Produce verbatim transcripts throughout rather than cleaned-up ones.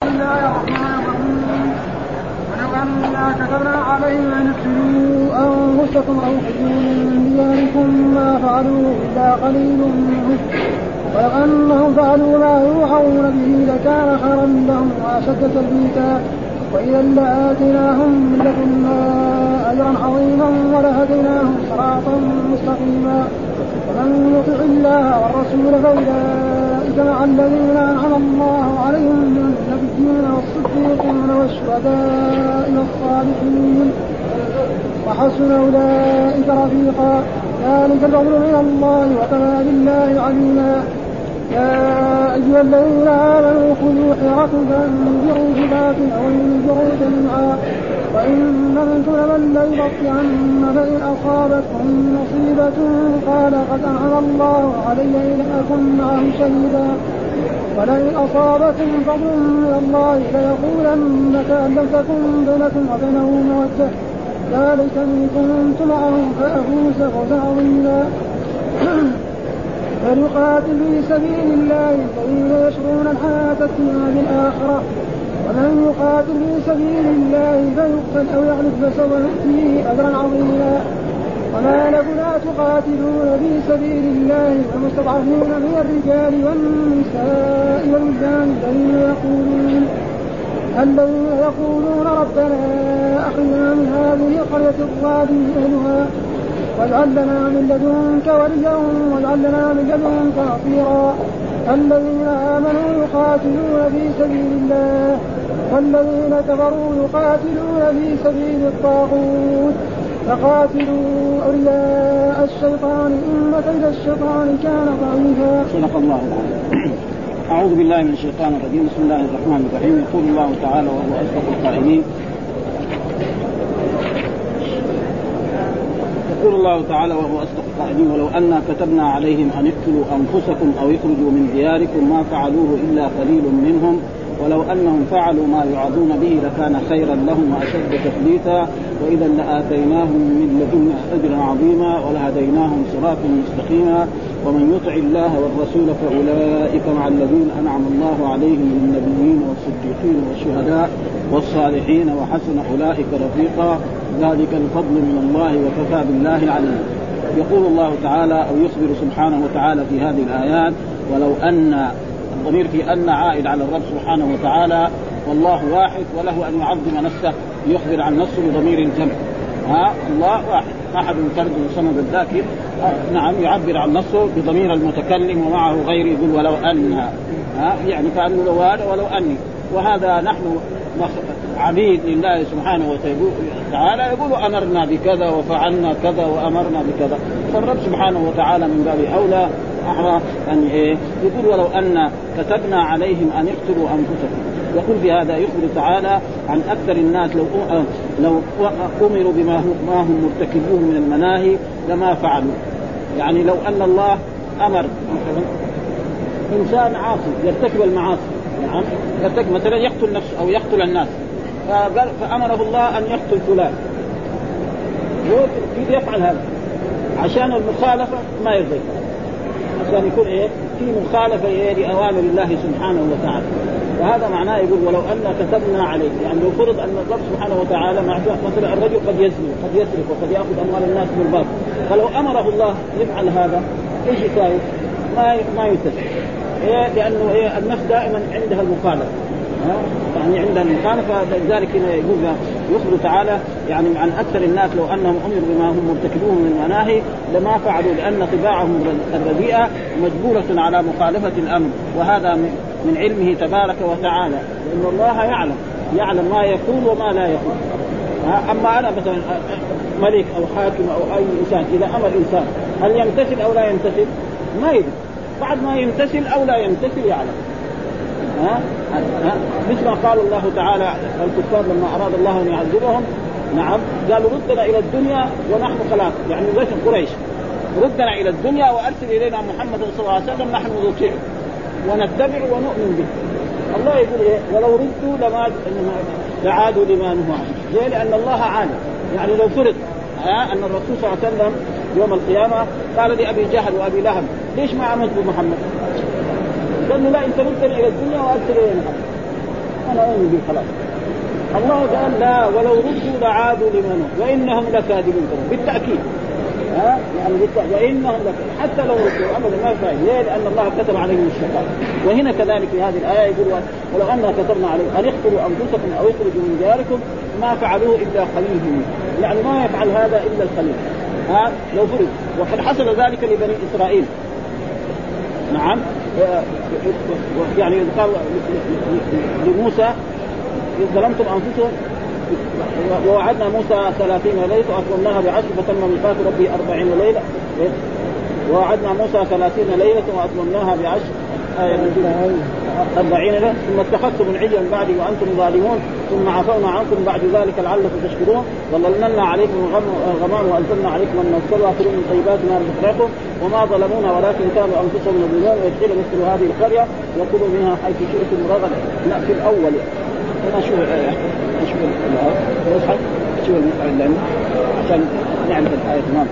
بسم الله الرحمن الرحيم. ولو أنا كتبنا عليهم أن اقتلوا أنفسكم أو اخرجوا من دياركم ما فعلوا إلا قليل منهم ولو أنهم فعلوا ما يوعظون به لكان خيرا لهم وأشد تثبيتا وإذا لآتيناهم من لدنا أجرا عظيما ولهديناهم صراطا مستقيما ومن يطع الله والرسول فأولئك مع الذين أنعم الله عليهم من النبيين والصديقين والشهداء والصالحين وحسن أولئك رفيقا ذلك الفضل من الله وكفى بالله عليما. يا أيها الذين آمنوا خذوا حذركم فانفروا ثبات أو انفروا جميعا وإن منكم لمن ليبطئن فإن أصابتكم مصيبة قال قد أنعم الله علي إذ أكن معهم شهيدا ولئن أصابتكم فضل من الله ليقولن كأن لم تكن بينكم وبينه مودة ذلك إن كنتم معهم فأفوز فوزا عظيما. فليقاتل في سبيل الله الذين يشرون الحياة الدنيا بالآخرة ومن يقاتل في سبيل الله فيقتل أو يغلب فسوف نؤتيه أجرا عظيما. وما لكم لا تقاتلون في سبيل الله والمستضعفين من الرجال والنساء والولدان الذين يقولون الذين يقولون ربنا أخرجنا من هذه القرية الظالم أهلها واجعل لنا من لدنك وليا واجعل لنا من لدنك نصيرا. الذين آمنوا يقاتلون في سبيل الله والذين كفروا يقاتلون في سبيل الطاغوت فقاتلوا أولياء الشيطان إن كيد الشيطان كان ضعيفا. صدق الله العظيم. أعوذ بالله من الشيطان الرجيم. بسم الله الرحمن الرحيم. يقول الله تعالى وهو أصدق القائلين يقول الله تعالى وهو أصدق القائلين ولو أنا كتبنا عليهم أن اقتلوا أنفسكم أو يخرجوا من دياركم ما فعلوه إلا قليل منهم ولو أنهم فعلوا ما يوعظون به لكان خيرا لهم وأشد تثبيتا وإذا لآتيناهم من لدنا أجرا عظيما ولهديناهم صراطا مستقيما. ومن يطع الله والرسول فأولئك مع الذين أنعم الله عليهم من النبيين والصديقين والشهداء والصالحين وحسن أولئك رفيقا ذلك الفضل من الله وكفى بالله عليما. يقول الله تعالى أو يخبر سبحانه وتعالى في هذه الآيات ولو أن الضمير في أن عائد على الرب سبحانه وتعالى والله واحد وله أن يعظم نفسه يخبر عن نفسه بضمير الجمع. ها الله واحد أحد فرد صمد الذاكر نعم يعبر عن نفسه بضمير المتكلم ومعه غيره يقول ولو أن ها يعني كأنه لو هذا ولو أني وهذا نحن عبيد لله سبحانه وتعالى يقول أمرنا بكذا وفعلنا كذا وأمرنا بكذا فالرب سبحانه وتعالى من باب أولى أحرى أن إيه يقول ولو أن كتبنا عليهم أن يقتلوا أنفسهم. يقول بهذا يخبر تعالى عن أكثر الناس لو لو أمروا بما ما هم مرتكبوه من المناهي لما فعلوا. يعني لو أن الله أمر إنسان عاصي يرتكب المعاصي نعم يرتكب مثلا يقتل نفسه أو يقتل الناس فقال فأمره الله أن يقتل فلان كيف يفعل هذا عشان المخالفة ما يرضي عشان يكون إيه في مخالفة إيه لأوامر الله سبحانه وتعالى. وهذا معناه يقول ولو أن كتبنا عليه يعني لو فرض أن الله سبحانه وتعالى مثلا الرجل قد يزني قد يسرق وقد يأخذ أموال الناس بالباطل فلو أمره الله يفعل هذا إيش يساوي ما ما يتسع إيه لأنه إيه النفس دائما عندها المخالفة يعني عندها المخالفة لذلك يقول يخبر تعالى يعني عن أكثر الناس لو أنهم أمروا بما هم مرتكبوه من المناهي لما فعلوا لأن طباعهم الرديئة مجبورة على مخالفة الأمر وهذا من علمه تبارك وتعالى لأن الله يعلم يعلم ما يقول وما لا يقول. أما أنا مثلا ملك أو حاكم أو أي إنسان إذا أمر إنسان هل يمتثل أو لا يمتثل ما يدري بعد ما يمتثل أو لا يمتثل يعلم. ها ها مثل ما قال الله تعالى الكفار لما أراد الله أن يعذبهم نعم قالوا ردنا إلى الدنيا ونحن خلاص يعني ليش قريش ردنا إلى الدنيا وأرسل إلينا محمد صلى الله عليه وسلم نحن نطيع ونتبع ونؤمن به. الله يقول إيه ولو ردوا لما لعادوا لما نهوا عنه ليه لأن الله عالم يعني لو فرض ها أن الرسول صلى الله عليه وسلم يوم القيامة قال لأبي جهل وأبي لهب ليش ما عملت بمحمد قال له لا انت ردني الى الدنيا وارسل الينا انا اؤمن به خلاص. الله قال لا ولو ردوا لعادوا لمنه وانهم لكاذبون بالتاكيد. ها يعني بالتأكيد وانهم لكاذبون حتى لو ردوا ابدا ما فاهم. ليه؟ لان الله كتب عليهم الشقاء. وهنا كذلك في هذه الايه يقول ولو اننا كتبنا عليهم ان اقتلوا انفسكم او اخرجوا من دياركم ما فعلوه الا قليل منهم. يعني ما يفعل هذا الا القليل. ها لو فرض وقد حصل ذلك لبني اسرائيل. نعم يعني قال لموسى إذ ظلمتم أنفسهم ووعدنا موسى ثلاثين ليلة وأتممناها بعشر فتم ميقات ربه أربعين ليلة. ووعدنا موسى ثلاثين ليلة وأتممناها بعشر أربعين ليلة ثم اتخذتم العجل من بعد وأنتم ظالمون ثم عفونا عنكم بعد ذلك لعلكم تشكرون وظللنا عليكم الغمام وأنزلنا عليكم النصر وأكلوا من طيبات ما رزقناكم وما ظلمونا ولكن كانوا أنفسهم يظلمون ويدخل مثل هذه القرية وكلوا منها حيث شئتم رغدا. لا في الأول أنا شو شو المصحف شو المصحف لأنه عشان نعرف الآية تمام.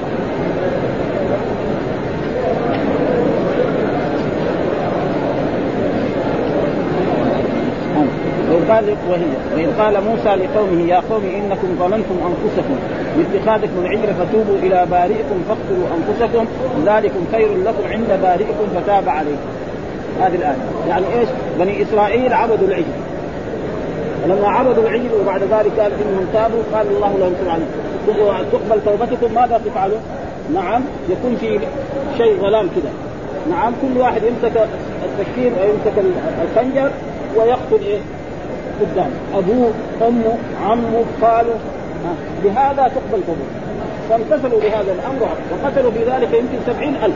وقال وهي وإذ قال موسى لقومه يا قوم إنكم ظلمتم أنفسكم باتخاذكم العجل فتوبوا إلى بارئكم فاقتلوا أنفسكم ذلكم خير لكم عند بارئكم فتاب عليكم. هذه الآية يعني إيش؟ بني إسرائيل عبدوا العجل ولما عبدوا العجل وبعد ذلك قال إنهم تابوا قال الله لهم سبحانه تقبل توبتكم ماذا تفعلوا؟ نعم يكون في شيء ظلام كده. نعم كل واحد يمسك السكين ويمسك الخنجر ويقتل إيه؟ قدام أبوه أمه عمه خاله. بهذا تقبل توبته. فامتثلوا بهذا الأمر وقتلوا بذلك يمكن سبعين ألف.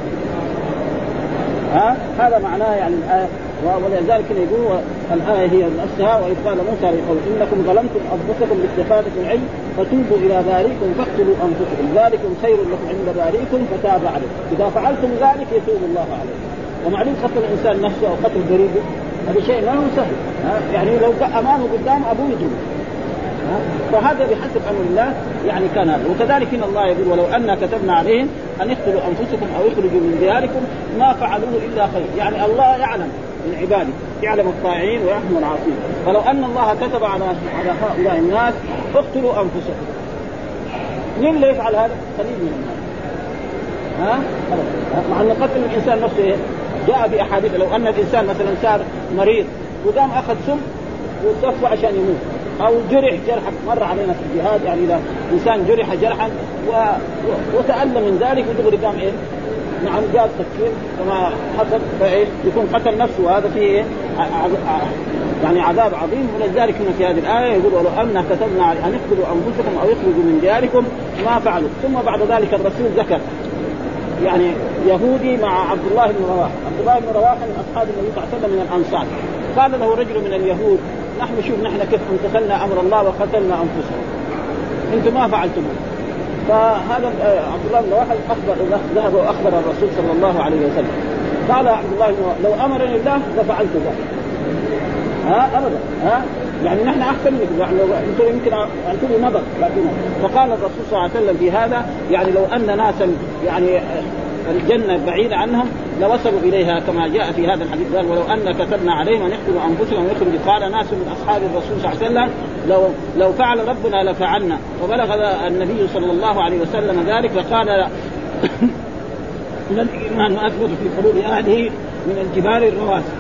ها هذا معناه يعني الآية. ولذلك يقول الآية هي نفسها وإذ قال موسى لقومه إنكم ظلمتم أنفسكم باتخاذكم العجل فتوبوا إلى بارئكم فاقتلوا أنفسكم ذلكم خير لكم عند بارئكم فتاب عليكم. إذا فعلتم ذلك يتوب الله عليكم. ومعلوم قتل الإنسان نفسه أو قتل قريبه هذا شيء ما هو سهل. يعني لو أمامه قدام أبوه يجوز. فهذا بحسب أمر الله يعني كان هذا. وكذلك إن الله يقول ولو أن كتبنا عليهم أن اقتلوا أنفسكم أو اخرجوا من دياركم ما فعلوه إلا خير. يعني الله يعلم من عباده يعلم الطاعين ويحكم العاصين. فلو أن الله كتب على على هؤلاء الناس اقتلوا أنفسكم مين اللي يفعل هذا؟ قليل من الناس. ها مع أن قتل الإنسان نفسه جاء بأحاديث لو أن الإنسان مثلا صار مريض وقام أخذ سم وصفه عشان يموت أو جرح جرحا مر علينا في الجهاد يعني إذا إنسان جرح جرحا و... و... وتألم من ذلك ودغري قام إيه نعم جاء تكفير كما حصل فإيه يكون قتل نفسه وهذا فيه إيه ع... يعني عذاب عظيم. ولذلك في هذه الآية يقول ولو أن كتبنا أن اقتلوا أنفسكم أو يخرجوا من دياركم ما فعلوا. ثم بعد ذلك الرسول ذكر يعني يهودي مع عبد الله بن رواحه. عبد الله بن رواحه من أصحاب النبي صلى الله عليه وسلم من الأنصار. قال له رجل من اليهود نحن شوف نحن كيف امتثلنا أمر الله وقتلنا أنفسنا أنتم ما فعلتم. فهذا عبد الله بن رواحه أخبر ذهب وأخبر الرسول صلى الله عليه وسلم. قال عبد الله بن رواحه لو أمرني الله لفعلت ذلك. ها أبدا ها يعني نحن أحسن منكم يعني لو أنتم يمكن أنتم نظر لكن. فقال الرسول صلى الله عليه وسلم في هذا يعني لو أن ناسا يعني الجنة بعيدة عنهم لوصلوا إليها كما جاء في هذا الحديث قال ولو أن كتبنا عليهم أن يقتلوا أنفسهم ويخرجوا. قال ناس من أصحاب الرسول صلى الله عليه وسلم لو لو فعل ربنا لفعلنا. وبلغ النبي صلى الله عليه وسلم ذلك فقال لن الإيمان أثبت في قلوب أهله من الجبال الرواسي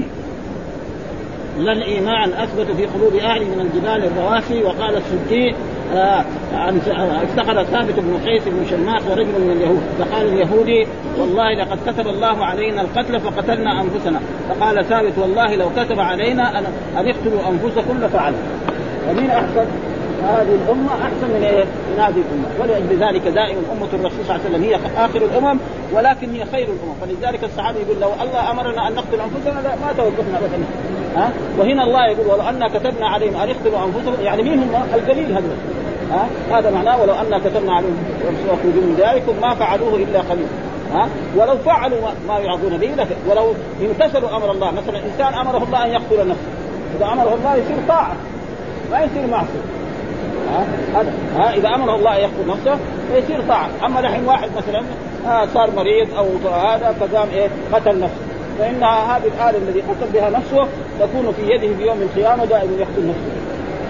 لن إيمان أثبت في قلوب أهل من الجبال الرواسي. وقال السدي آه افتقد ثابت بن قيس بن شماس ورجل من اليهود فقال اليهودي والله لقد كتب الله علينا القتل فقتلنا أنفسنا. فقال ثابت والله لو كتب علينا أن اقتلوا أنفسكم لفعلنا. ومن أحسن هذه الأمة أحسن من إيه؟ من هذه الأمة. ولأجل ذلك دائما أمة الرسول صلى الله عليه وسلم هي آخر الأمم ولكن هي خير الأمم. فلذلك الصحابي يقول لو الله أمرنا أن نقتل أنفسنا لا ما توقفنا أبدا. ها وهنا الله يقول ولو أن كتبنا عليهم أن يقتلوا أنفسهم يعني مين هم القليل هذول. ها هذا معناه ولو أن كتبنا عليهم يخرجوا من دياركم ما فعلوه إلا قليل. ها ولو فعلوا ما يعظون به ولو امتثلوا أمر الله. مثلا إنسان أمره الله أن يقتل نفسه إذا أمره الله يصير طاعة ما يصير معصية. ها هذا ها إذا أمره الله أن يقتل نفسه يصير طاعة. أما الحين واحد مثلا آه صار مريض أو هذا فقام إيه قتل نفسه فإن هذه الآلة الذي قتل بها نفسه تكون في يده في يوم القيامة دائما يقتل نفسه.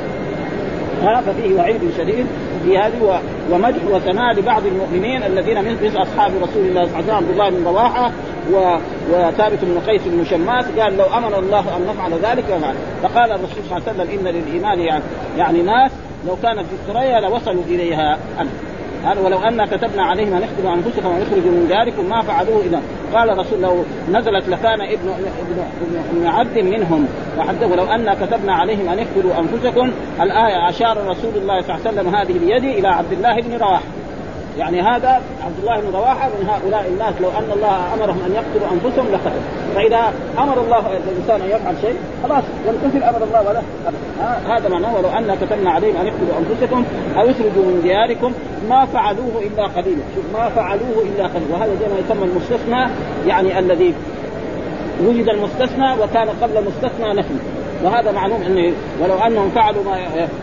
ها ففيه وعيد شديد في هذه ومدح وثناء لبعض المؤمنين الذين مثل أصحاب رسول الله صلى الله عليه وسلم عبد الله بن رواحة وثابت بن قيس بن شماس قال لو أمر الله أن نفعل ذلك وفعل. فقال الرسول صلى الله عليه وسلم إن للإيمان يعني, يعني ناس لو كانت في الثريا لوصلوا إليها أن قال ولو أن كتبنا عليهم أن اقتلوا أنفسكم ويخرجوا من داركم ما فعلوه إذا. قال رسول لو نزلت لكان ابن ابن ابن عبد منهم وحده ولو أن كتبنا عليهم أن اقتلوا أنفسكم. الآية أشار رسول الله صلى الله عليه وسلم هذه بيده إلى عبد الله بن رواحة، يعني هذا عبد الله بن رواحة من هؤلاء الناس لو أن الله أمرهم أن يقتلوا أنفسهم لقتلوا. فإذا أمر الله الإنسان أن يفعل شيء خلاص ينتفي أمر الله ولا هذا معناه ولو أن كتبنا عليهم أن يقتلوا أنفسكم أو يخرجوا من دياركم ما فعلوه إلا قليلا. شوف ما فعلوه إلا قليلا، وهذا زي ما يسمى المستثنى، يعني الذي وجد المستثنى وكان قبل المستثنى نفي. وهذا معلوم أنه ولو أنهم فعلوا ما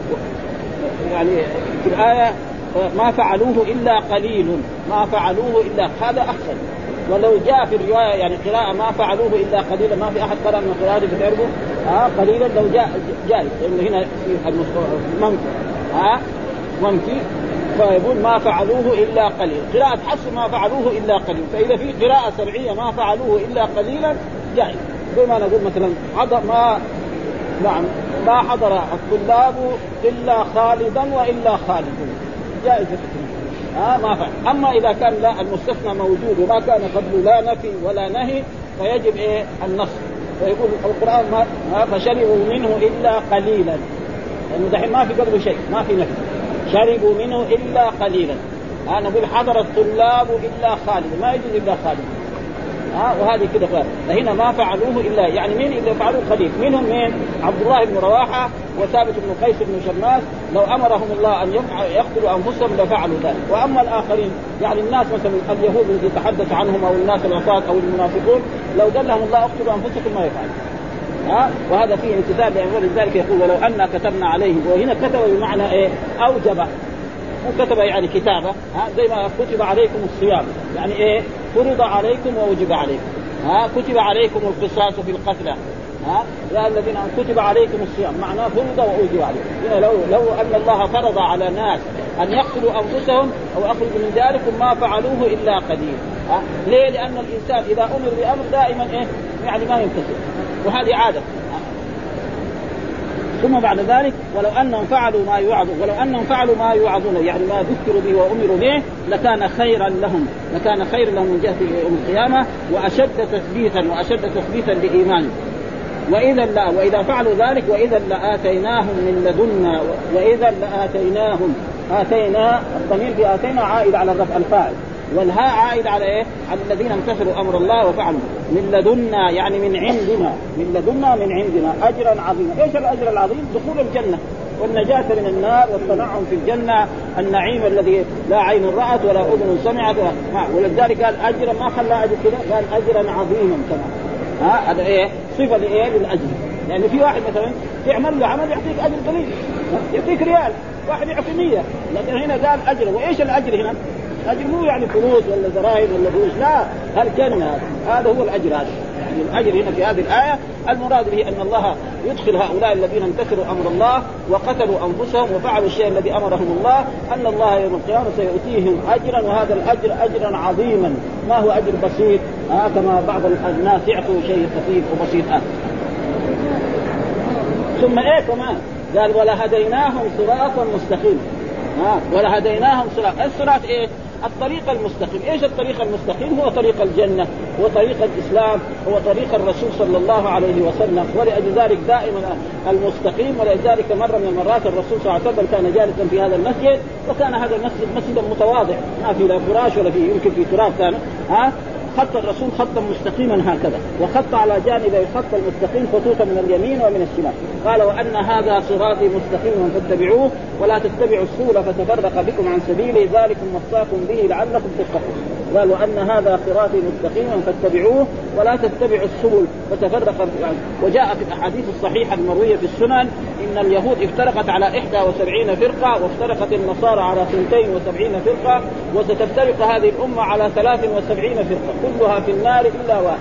يعني في الآية ما فعلوه إلا قليل ما فعلوه إلا هذا أحسن. ولو جاء في الرواية يعني قراءة ما فعلوه إلا قليلا ما في أحد قرأ من قراءته بتعرفه آه قليلا لو جاء جائز لأنه هنا منفي آه منفي فيقول ما فعلوه إلا قليل. قراءة حفص ما فعلوه إلا قليل. فإذا في قراءة سبعية ما فعلوه إلا قليلا جائز. بما نقول مثلا حضر ما نعم ما حضر الطلاب إلا خالدا وإلا خالد جائزة آه ما فعل. أما إذا كان لا المستثنى موجود وما كان قبله لا نفي ولا نهي فيجب إيه النص. فيقول القرآن ما فشربوا منه إلا قليلا لأنه دحين ما في قبله شيء ما في نفي. شربوا منه إلا قليلا أنا آه نقول حضر الطلاب إلا خالد ما يجوز إلا خالد ها آه وهذه كده فعل. فهنا ما فعلوه إلا يعني مين اللي فعلوه قليل منهم مين عبد الله بن رواحة وثابت بن قيس بن شماس لو أمرهم الله أن يقتلوا أنفسهم لفعلوا ذلك. وأما الآخرين يعني الناس مثلا اليهود الذي يتحدث عنهم أو الناس العصاة أو المنافقون لو قال لهم الله اقتلوا أنفسكم ما يفعل ها آه وهذا فيه امتثال لأمر. ذلك يقول ولو أن كتبنا عليهم وهنا كتب بمعنى إيه أوجب كتب يعني كتابة ها زي ما كتب عليكم الصيام يعني إيه فرض عليكم ووجب عليكم ها كتب عليكم القصاص في القتلى ها يا الذين كتب عليكم الصيام معناه فرض ووجب عليكم. هنا لو لو أن الله فرض على ناس أن يقتلوا أنفسهم أو أخرجوا من داركم ما فعلوه إلا قليل ها ليه؟ لأن الإنسان إذا أمر بأمر دائما إيه يعني ما يمتثل وهذه عادة. ثم بعد ذلك ولو أنهم فعلوا ما يوعظون ولو أنهم فعلوا ما يوعظون يعني ما ذكروا به وأمروا به لكان خيرا لهم لكان خيرا لهم من جهة يوم القيامة وأشد تثبيتا وأشد تثبيتا لإيمانهم. وإذا لا وإذا فعلوا ذلك وإذا لآتيناهم من لدنا وإذا لآتيناهم آتينا الضمير في آتينا عائد على الرفع الفاعل والهاء عائد على إيه على الذين امتثلوا أمر الله وفعلوا. من لدنا يعني من عندنا من لدنا من عندنا أجرا عظيما. إيش الأجر العظيم؟ دخول الجنة والنجاة من النار والتنعم في الجنة النعيم الذي لا عين رأت ولا أذن سمعت. ولذلك قال أجرا ما خلى أجر كذا قال أجرا عظيما كمان ها هذا إيه صفة لإيه للأجر. لأن يعني في واحد مثلا تعمل له عمل يعطيك أجر قليل يعطيك ريال واحد يعطي مية لكن هنا قال أجر. وإيش الأجر هنا؟ أجر مو يعني فلوس ولا زراير ولا فلوس لا الجنة هذا هو الأجر. هذا يعني الأجر هنا في هذه الآية المراد به أن الله يدخل هؤلاء الذين امتثلوا أمر الله وقتلوا أنفسهم وفعلوا الشيء الذي أمرهم الله أن الله يوم القيامة سيؤتيهم أجرا وهذا الأجر أجرا عظيما ما هو أجر بسيط آه كما بعض الناس يعطوا شيء خفيف وبسيط آه. ثم إيه كمان قال ولهديناهم صراطا مستقيما ها ولهديناهم صراط. الصراط ايه؟ الطريق المستقيم. ايش الطريق المستقيم؟ هو طريق الجنة هو طريق الإسلام هو طريق الرسول صلى الله عليه وسلم. ولذلك دائما المستقيم. ولذلك مرة من المرات الرسول صلى الله عليه وسلم كان جالسا في هذا المسجد وكان هذا المسجد مسجدا متواضع ما في لا فراش ولا في يمكن في تراب كان ها خط الرسول خطا مستقيما هكذا وخط على جانبي الخط المستقيم خطوطا من اليمين ومن الشمال. قال وأن هذا صراطي مستقيما فاتبعوه ولا تتبعوا السبل فتفرق بكم عن سبيله ذلكم وصاكم به لعلكم تتقون. قال وأن هذا صراطي مستقيما فاتبعوه ولا تتبعوا السبل فتفرق بكم. وجاء في الأحاديث الصحيحة المروية في السنن إن اليهود افترقت على إحدى وسبعين فرقة وافترقت النصارى على اثنتين وسبعين فرقة وستفترق هذه الأمة على ثلاث وسبعين فرقة كلها في النار إلا واحد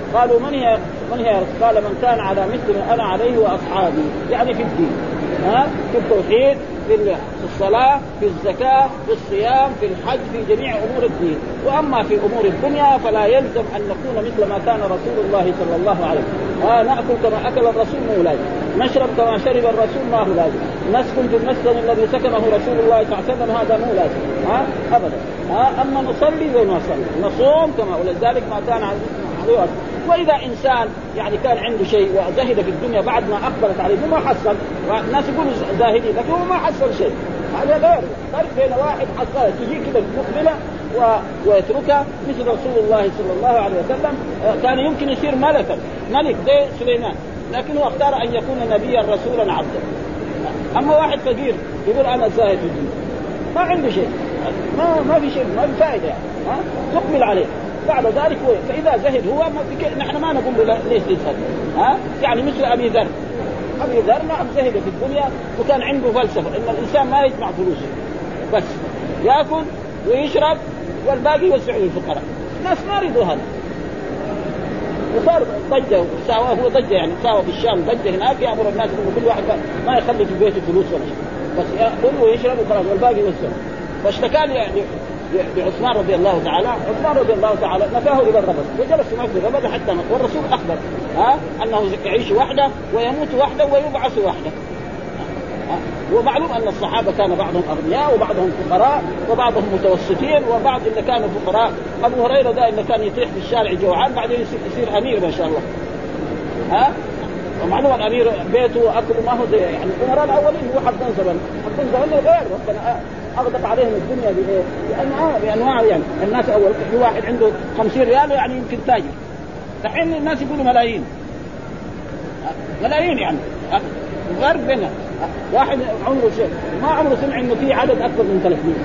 قالوا من هي من هي قال من كان على مثل ما أنا عليه وأصحابي، يعني في الدين، ها في التوحيد، في الصلاة، في الزكاة، في الصيام، في الحج، في جميع أمور الدين. وأما في أمور الدنيا فلا يلزم أن نكون مثل ما كان رسول الله صلى الله عليه وسلم. آه نأكل كما أكل الرسول مو لازم، نشرب كما شرب الرسول ما هو لازم، نسكن في المسكن الذي سكنه رسول الله صلى الله عليه وسلم هذا مو لازم، ها آه أبدا. آه أما نصلي زي ما صلي، نصوم كما، ولذلك ما كان عليه. وإذا إنسان يعني كان عنده شيء وزهد في الدنيا بعد ما أقبلت عليه وما حصل، والناس يقولوا زاهدين لكن هو ما حصل شيء، هذا غير فرق بين واحد حصل تجي كده مقبلة و... ويتركها، مثل رسول الله صلى الله عليه وسلم كان يمكن يصير ملكا ملك زي سليمان، لكن هو اختار أن يكون نبيا رسولا عبدا. أما واحد فقير يقول أنا زاهد في الدنيا ما عنده شيء، ما ما في شيء، ما في فائدة يعني. ها تقبل عليه بعد ذلك هو، فإذا زهد هو ما نحن ما نقول له ليش تزهد، ها يعني مثل أبي ذر. أبي ذر نعم زهد في الدنيا وكان عنده فلسفة إن الإنسان ما يجمع فلوسه بس يأكل ويشرب والباقي يوزعه للفقراء. الناس ما يريدوا هذا، وصار ضجة ساوى هو ضجة يعني ساوى في الشام ضجة هناك يأمر الناس إنه كل واحد ما يخلي في بيته فلوس ولا شيء بس يأكل ويشرب وخلاص والباقي يوزعه. فاشتكى يعني بعثمان رضي الله تعالى، عثمان رضي الله تعالى نفاه إلى الربد وجلس في الربد حتى مات، والرسول أخبر ها أنه يعيش وحده ويموت وحده ويبعث وحده. ومعلوم أن الصحابة كان بعضهم أغنياء وبعضهم فقراء وبعضهم متوسطين وبعض اللي كانوا فقراء. أبو هريرة ده اللي كان يطيح في الشارع جوعان بعدين يصير أمير ما شاء الله. ها ومعلوم الأمير بيته وأكله ما هو زي يعني الأمراء الأولين هو حبون زمن حبون زمن غير ربنا أغدق عليهم الدنيا بأنواع بأنواع يعني. الناس أول في واحد عنده خمسين ريال يعني يمكن تاجر، الحين الناس يقولوا ملايين ملايين يعني فرق بينها. واحد عمره شيء ما عمره سمع إنه في عدد أكثر من ثلاثمية،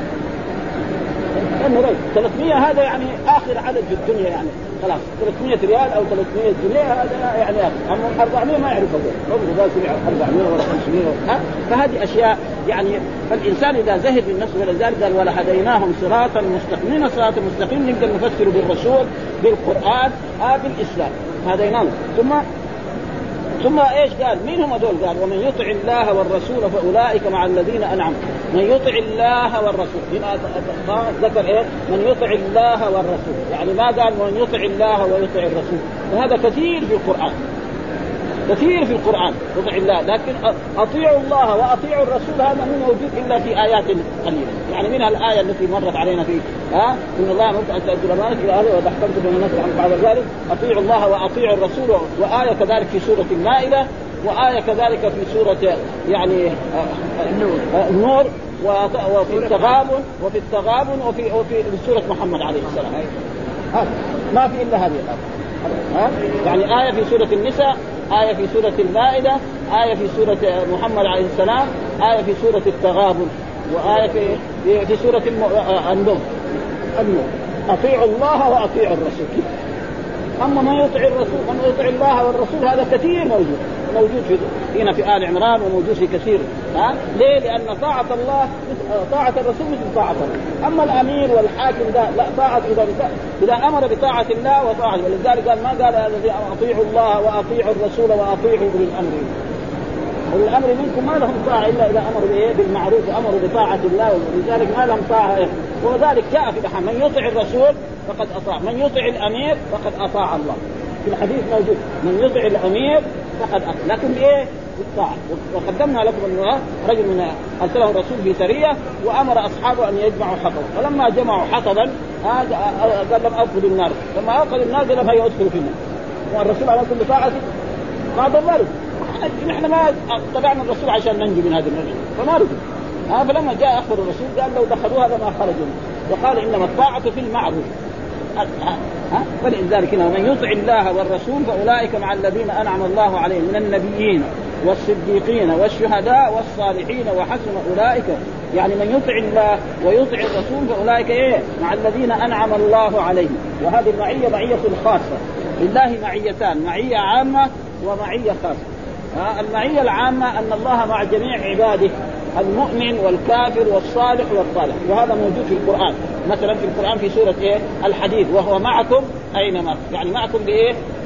لأنه رأي ثلاثمية هذا يعني آخر عدد في الدنيا يعني خلاص ثلاثمية ريال أو ثلاثمية جنيه هذا يعني آخر. أما أربعمية ما يعرف هذا عمره ذا سمع أربعمية ولا خمسمية ها. فهذه أشياء يعني فالإنسان إذا زهد من نفسه ولذلك قال ولهديناهم صراطا مستقيما. صراط المستقيم نقدر نفسره بالرسول بالقرآن آه بالإسلام هديناهم. ثم ثم ايش قال مين هم دول؟ قال ومن يطع الله والرسول فاولئك مع الذين انعم. من يطع الله والرسول هنا ذكر ايه؟ من يطع الله والرسول، يعني ما قال من يطع الله ويطع الرسول، وهذا كثير في القرآن كثير في القرآن يطع الله، لكن اطيعوا الله واطيعوا الرسول هذا مو موجود الا في ايات قليله. يعني منها الايه التي مرت علينا في ها ان الله مبعث الامانه الى اهله وتحكمت بين الناس عن بعد ذلك اطيعوا الله واطيعوا الرسول. وايه كذلك في سوره المائده، وايه كذلك في سوره يعني النور وفي التغابن وفي التغابن وفي وفي سوره محمد عليه السلام. ها ما في الا هذه الايه. ها يعني آية في سورة النساء، آية في سورة المائدة، آية في سورة محمد عليه السلام، آية في سورة التغابن، وآية في في سورة النور. النور أطيعوا الله وأطيعوا الرسول. أما من يطيع الرسول من يطيع الله والرسول هذا كثير موجود موجود في هنا في آل عمران وموجود في كثير. ها ليه؟ لأن طاعة الله طاعة الرسول مثل طاعة الله. أما الأمير والحاكم ده لا طاعة إذا إذا أمر بطاعة الله وطاعة، ولذلك قال ما قال الذي أطيعوا الله وأطيعوا الرسول وأطيعوا أولي الأمر. أولي الأمر منكم ما لهم طاعة إلا إذا أمروا بإيه بالمعروف وأمروا بطاعة الله، ولذلك ما لهم طاعة إيه. وذلك جاء في الحديث من يطع الرسول فقد أطاع، من يطع الأمير فقد أطاع الله. في الحديث موجود من يطع الأمير فقد أطاع، لكن إيه بالطاعة. وقدمنا لكم أنه رجل من أرسله الرسول في سرية وأمر أصحابه أن يجمعوا حطبا، فلما جمعوا حطبا قال لهم أوقدوا النار، لما أوقدوا النار قال لهم هيا أدخلوا في النار. والرسول على كل طاعته ما ضلوا، نحن ما اتبعنا الرسول عشان ننجو من هذه النار فما رضوا. ها فلما جاء أخبر الرسول قال لو دخلوها لما خرجوا، وقال إنما الطاعة في المعروف. ها فلذلك هنا من يطع الله والرسول فأولئك مع الذين أنعم الله عليهم من النبيين والصديقين والشهداء والصالحين وحسن أولئك. يعني من يطع الله ويطع الرسول فأولئك إيه مع الذين أنعم الله عليهم. وهذه المعية معية خاصة لله، معيتان، معية عامة ومعية خاصة. ها المعية العامة أن الله مع جميع عباده المؤمن والكافر والصالح والطالح، وهذا موجود في القرآن. مثلا في القرآن في سورة إيه الحديد وهو معكم أينما، يعني معكم بإيه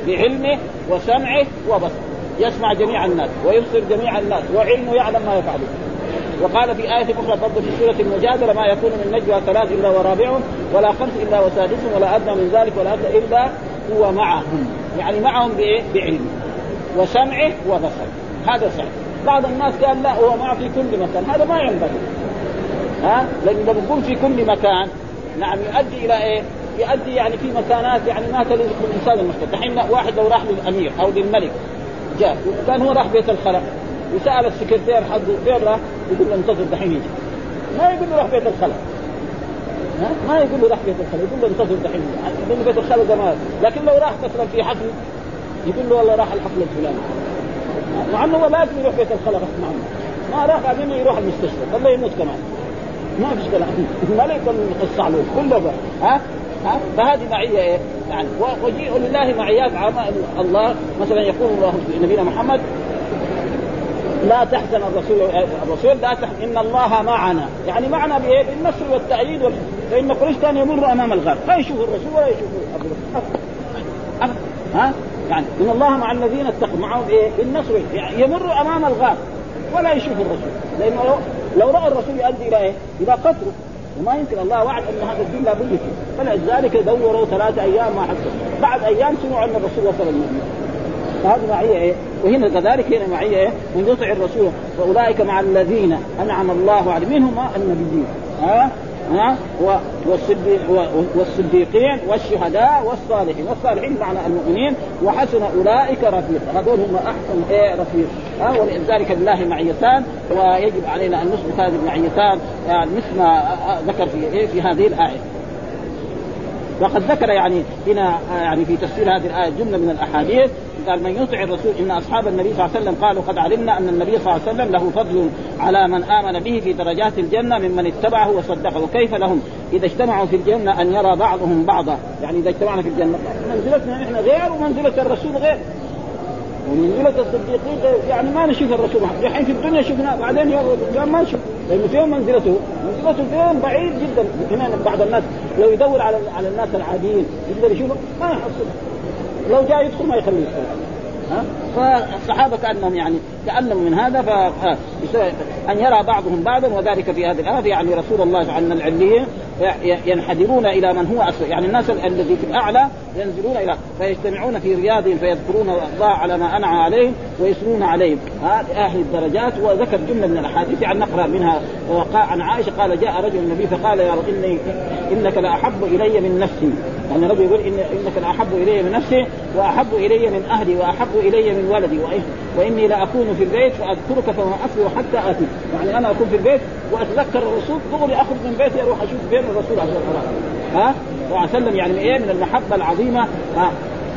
بعلمه وسمعه وبصره، يسمع جميع الناس ويبصر جميع الناس وعلمه يعلم ما يفعلون. وقال في آية أخرى برضه في سورة المجادلة: ما يكون من نجوى ثلاث إلا ورابعهم ولا خمس إلا وسادسهم ولا أدنى من ذلك ولا أدنى إلا هو معهم، يعني معهم بإيه؟ بعلمه وسمعه وبصره. هذا صحيح. بعض الناس قال لا هو معه في كل مكان، هذا ما ينبغي، ها، لأنه لما يكون في كل مكان نعم يؤدي إلى إيه؟ يؤدي يعني في مكانات يعني ما تليق بالإنسان المحترم. دحين واحد لو راح للأمير أو للملك جاء وكان هو راح بيت الخلاء وسأل السكرتير حقه فين راح، يقول له انتظر دحين يجي، ما يقول له راح بيت الخلاء، ها، ما يقول له راح بيت الخلاء، يقول له انتظر دحين يجي بيت الخلاء زمان. لكن لو راح مثلا في حفل يقول له والله راح الحفل الفلاني، مع انه هو لازم يروح بيت الخلاء غصب عنه، ما راح بعدين يروح المستشفى والله يموت كمان، ما فيش كلام، ما يكون القصة له كله بقى. ها ها فهذه معية إيه يعني. وجيء لله معيات عامة. الله مثلا يقول الله نبينا محمد: لا تحزن الرسول الرسول لا تحزن إن الله معنا، يعني معنا بإيه؟ بالنصر والتأييد وال... فإن قريش كان يمر أمام الغار لا يشوفوا الرسول ولا يشوفوا أبو بكر. ها يعني إن الله مع الذين اتقوا، معهم بإيه؟ بالنصر، يعني يمر أمام الغار ولا يشوفوا الرسول، لأنه لو, لو رأى الرسول يؤدي إلى إيه؟ إلى قتله، وما يمكن. الله وعد أن هذا الدين لا بد فيه، فلذلك دوروا ثلاثة أيام ما حصل، بعد أيام سمعوا أن الرسول وصل المدينة. فهذه معية إيه؟ وهنا كذلك هنا معية إيه؟ من يطع الرسول فأولئك مع الذين أنعم الله عليهم منهم النبيين، ها ها والصديقين والشهداء والصالحين. والصالحين معنى المؤمنين، وحسن أولئك رفيقا، هذول هم أحسن إيه رفيق. ها ولذلك لله معيتان، ويجب علينا أن نثبت هذه المعيتان يعني مثل ما ذكر في إيه في هذه الآية. وقد ذكر يعني هنا يعني في تفسير هذه الآية جملة من الأحاديث، قال: من يطع الرسول إن أصحاب النبي صلى الله عليه وسلم قالوا: قد علمنا أن النبي صلى الله عليه وسلم له فضل على من آمن به في درجات الجنة ممن اتبعه وصدقه، وكيف لهم إذا اجتمعوا في الجنة أن يرى بعضهم بعضا، يعني إذا اجتمعنا في الجنة منزلتنا نحن غير ومنزلة الرسول غير ومنزلة الصديقين غير، يعني ما نشوف الرسول الحين في الدنيا شفناه بعدين يوم ما نشوف، لأنه فيهم منزلته منزلته فيهم بعيد جدا. هنا بعض الناس لو يدور على على الناس العاديين يقدر يشوفه ما يحصل، لو جاء يدخل ما يخليه يدخل. ها فالصحابة كأنهم يعني كأنهم من هذا ف أن يرى بعضهم بعضا، وذلك في هذه الآية يعني رسول الله عن العليين ينحدرون إلى من هو أسفل، يعني الناس الذي في الأعلى ينزلون إلى فيجتمعون في رياضهم فيذكرون الله على ما أنعم عليهم ويسرون عليهم هذه أهل الدرجات. وذكر جملة من الأحاديث عن نقرأ منها. وقع عن عائشة قال: جاء رجل النبي فقال: يا رب إني إنك لأحب إلي من نفسي، يعني رجل يقول إن إنك لأحب إلي من نفسي وأحب إلي من أهلي وأحب إلي من ولدي، وإني لأكون في البيت فأذكرك فما أصبر حتى آتي، يعني أنا أكون في البيت وأتذكر الرسول دغري أخرج من بيتي أروح أشوف بين الرسول عليه الصلاة والسلام ها وأسلم، يعني إيه من المحبة العظيمة. ها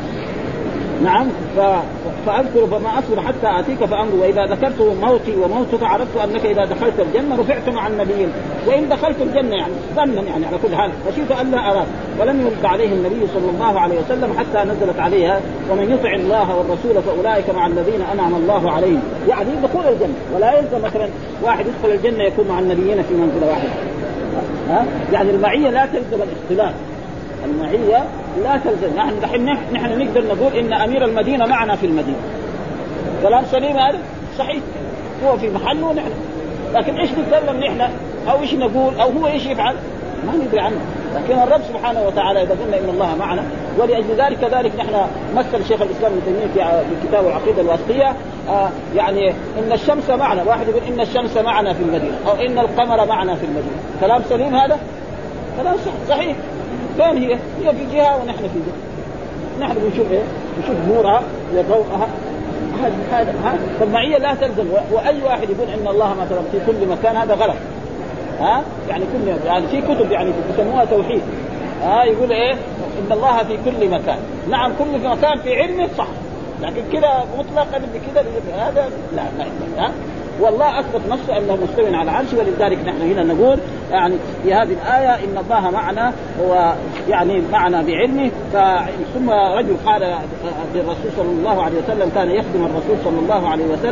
نعم فأذكر فما أصبر حتى آتيك فأنظر، وإذا ذكرت موتي وموتك عرفت أنك إذا دخلت الجنة رفعت مع النبيين، وإن دخلت الجنة يعني ظنا يعني على كل حال خشيت أن لا أراك. ولم يرد عليه النبي صلى الله عليه وسلم حتى نزلت عليها: ومن يطع الله والرسول فأولئك مع الذين أنعم الله عليهم، يعني دخول الجنة. ولا يلزم مثلا واحد يدخل الجنة يكون مع النبيين في منزلة واحدة، ها يعني المعية لا تلزم الاختلاف، المعية لا تلزم. نحن دحين نحن نقدر نقول إن أمير المدينة معنا في المدينة، كلام سليم هذا صحيح، هو في محله ونحن، لكن إيش نتكلم نحن أو إيش نقول أو هو إيش يفعل ما ندري عنه. لكن الرب سبحانه وتعالى إذا قلنا إن الله معنا، ولأجل ذلك كذلك نحن مثل شيخ الإسلام ابن تيمية في كتاب العقيدة الواسطية آه يعني إن الشمس معنا، واحد يقول إن الشمس معنا في المدينة أو إن القمر معنا في المدينة، كلام سليم هذا، كلام صحيح. فين هي؟ هي في جهة ونحن في جهة، نحن بنشوف إيه؟ بنشوف نورها وضوءها هذا ها. فالمعية لا تلزم، وأي واحد يقول إن الله مثلا في كل مكان هذا غلط. ها يعني كل يعني في كتب يعني يسموها توحيد، ها يقول إيه إن الله في كل مكان. نعم كل مكان في علمه صح، لكن كده مطلقا بكده هذا لا لا ها. والله أثبت نفسه أنه مستوٍ على العرش، ولذلك نحن هنا نقول يعني في هذه الآية إن الله معنا، هو يعني معنا بعلمه. ثم رجل قال للرسول صلى الله عليه وسلم، كان يخدم الرسول صلى الله عليه وسلم